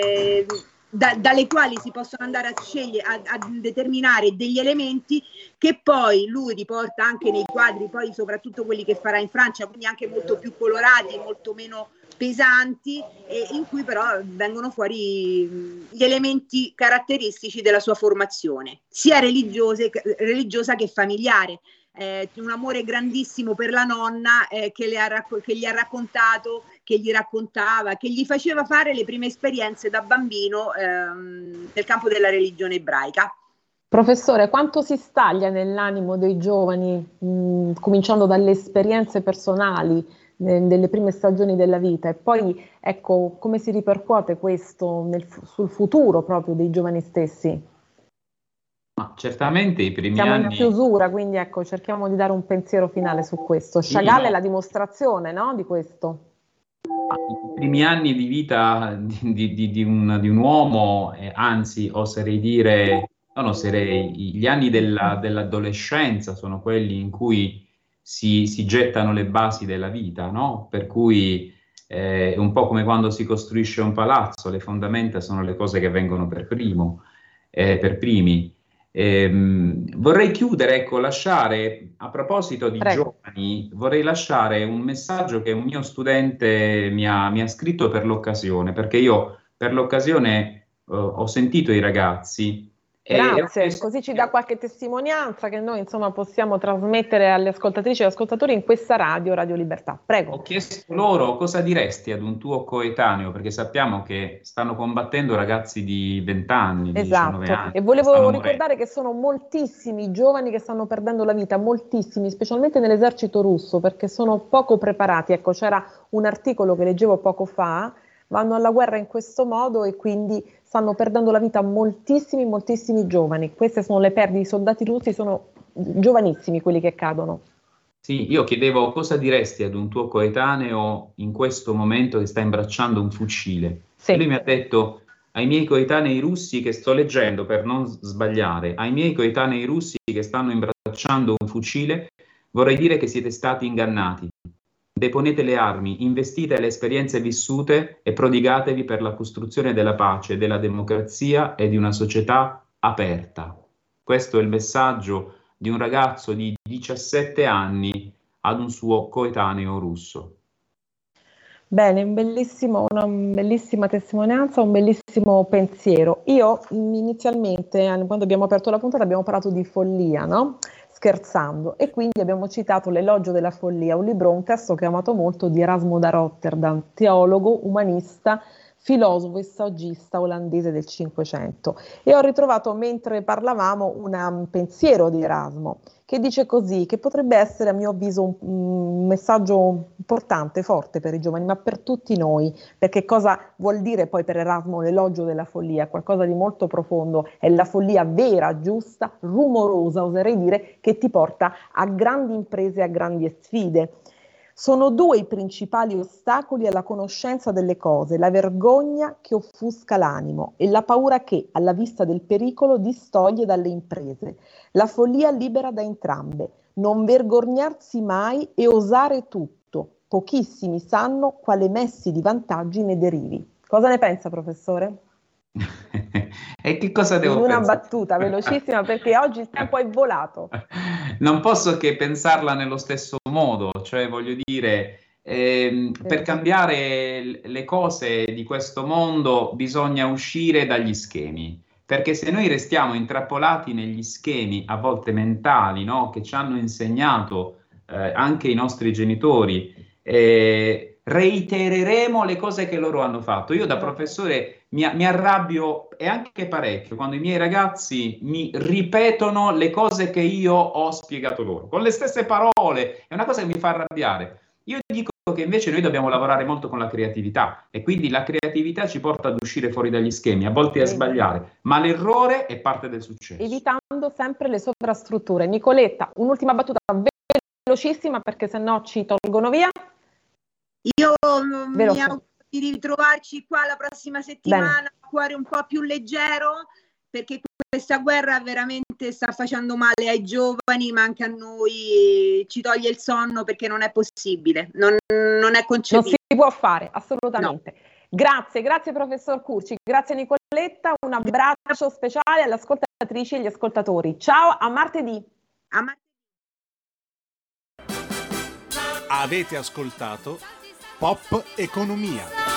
Speaker 17: dalle quali si possono andare a scegliere, a determinare degli elementi che poi lui riporta anche nei quadri, poi soprattutto quelli che farà in Francia, quindi anche molto più colorati, molto meno pesanti, in cui però vengono fuori gli elementi caratteristici della sua formazione, sia religiosa che familiare. Un amore grandissimo per la nonna, che gli ha raccontato, che gli raccontava, che gli faceva fare le prime esperienze da bambino nel campo della religione ebraica.
Speaker 3: Professore, quanto si staglia nell'animo dei giovani, cominciando dalle esperienze personali delle prime stagioni della vita, e poi ecco come si ripercuote questo sul futuro proprio dei giovani stessi?
Speaker 16: Ma certamente i primi
Speaker 3: Siamo
Speaker 16: anni...
Speaker 3: in chiusura, quindi ecco, cerchiamo di dare un pensiero finale su questo. Chagall è la dimostrazione, no, di questo.
Speaker 16: I primi anni di vita di un uomo, anzi oserei dire, gli anni dell'adolescenza sono quelli in cui si gettano le basi della vita, no? Per cui è un po' come quando si costruisce un palazzo, le fondamenta sono le cose che vengono per primi. Vorrei chiudere, ecco, lasciare, a proposito di giovani, vorrei lasciare un messaggio che un mio studente mi ha scritto per l'occasione, perché io per l'occasione ho sentito i ragazzi.
Speaker 3: Grazie, così ci dà qualche testimonianza che noi insomma possiamo trasmettere alle ascoltatrici e ascoltatori in questa Radio Libertà. Prego.
Speaker 16: Ho chiesto loro cosa diresti ad un tuo coetaneo, perché sappiamo che stanno combattendo ragazzi di 20 anni, di 19 anni.
Speaker 3: E volevo ricordare che sono moltissimi giovani che stanno perdendo la vita, moltissimi, specialmente nell'esercito russo, perché sono poco preparati. Ecco, c'era un articolo che leggevo poco fa, vanno alla guerra in questo modo e quindi stanno perdendo la vita moltissimi giovani. Queste sono le perdite, i soldati russi sono giovanissimi quelli che cadono.
Speaker 16: Sì, io chiedevo cosa diresti ad un tuo coetaneo in questo momento che sta imbracciando un fucile. Sì. E lui mi ha detto, ai miei coetanei russi che sto leggendo per non sbagliare, ai miei coetanei russi che stanno imbracciando un fucile, vorrei dire che siete stati ingannati. Deponete le armi, investite le esperienze vissute e prodigatevi per la costruzione della pace, della democrazia e di una società aperta. Questo è il messaggio di un ragazzo di 17 anni ad un suo coetaneo russo.
Speaker 3: Bene, una bellissima testimonianza, un bellissimo pensiero. Io inizialmente, quando abbiamo aperto la puntata, abbiamo parlato di follia, no? Scherzando, e quindi abbiamo citato L'elogio della follia, un testo che ho amato molto di Erasmo da Rotterdam, teologo, umanista, filosofo e saggista olandese del Cinquecento. E ho ritrovato, mentre parlavamo, un pensiero di Erasmo che dice così, che potrebbe essere a mio avviso un messaggio importante, forte per i giovani, ma per tutti noi, perché cosa vuol dire poi per Erasmo l'elogio della follia? Qualcosa di molto profondo, è la follia vera, giusta, rumorosa, oserei dire, che ti porta a grandi imprese, a grandi sfide. Sono due i principali ostacoli alla conoscenza delle cose, la vergogna che offusca l'animo e la paura che, alla vista del pericolo, distoglie dalle imprese. La follia libera da entrambe, non vergognarsi mai e osare tutto. Pochissimi sanno quale messi di vantaggi ne derivi. Cosa ne pensa, professore?
Speaker 16: E che cosa devo
Speaker 3: pensare?
Speaker 16: Una
Speaker 3: battuta velocissima, perché oggi il tempo è volato.
Speaker 16: Non posso che pensarla nello stesso modo, cioè voglio dire, per cambiare le cose di questo mondo bisogna uscire dagli schemi, perché se noi restiamo intrappolati negli schemi, a volte mentali, no? Che ci hanno insegnato anche i nostri genitori, reitereremo le cose che loro hanno fatto. Io da professore mi arrabbio, e anche parecchio, quando i miei ragazzi mi ripetono le cose che io ho spiegato loro, con le stesse parole. È una cosa che mi fa arrabbiare. Io dico che invece noi dobbiamo lavorare molto con la creatività, e quindi la creatività ci porta ad uscire fuori dagli schemi, a volte a sbagliare, ma l'errore è parte del successo.
Speaker 3: Evitando sempre le sovrastrutture. Nicoletta, un'ultima battuta velocissima, perché sennò ci tolgono via.
Speaker 17: Io mi auguro di ritrovarci qua la prossima settimana, cuore un po' più leggero, perché questa guerra veramente sta facendo male ai giovani, ma anche a noi, ci toglie il sonno, perché non è possibile, non è concepibile.
Speaker 3: Non si può fare, assolutamente. No. Grazie professor Curci, grazie Nicoletta, un abbraccio speciale alle ascoltatrici e agli ascoltatori. Ciao, a martedì.
Speaker 1: Avete ascoltato Pop Economia.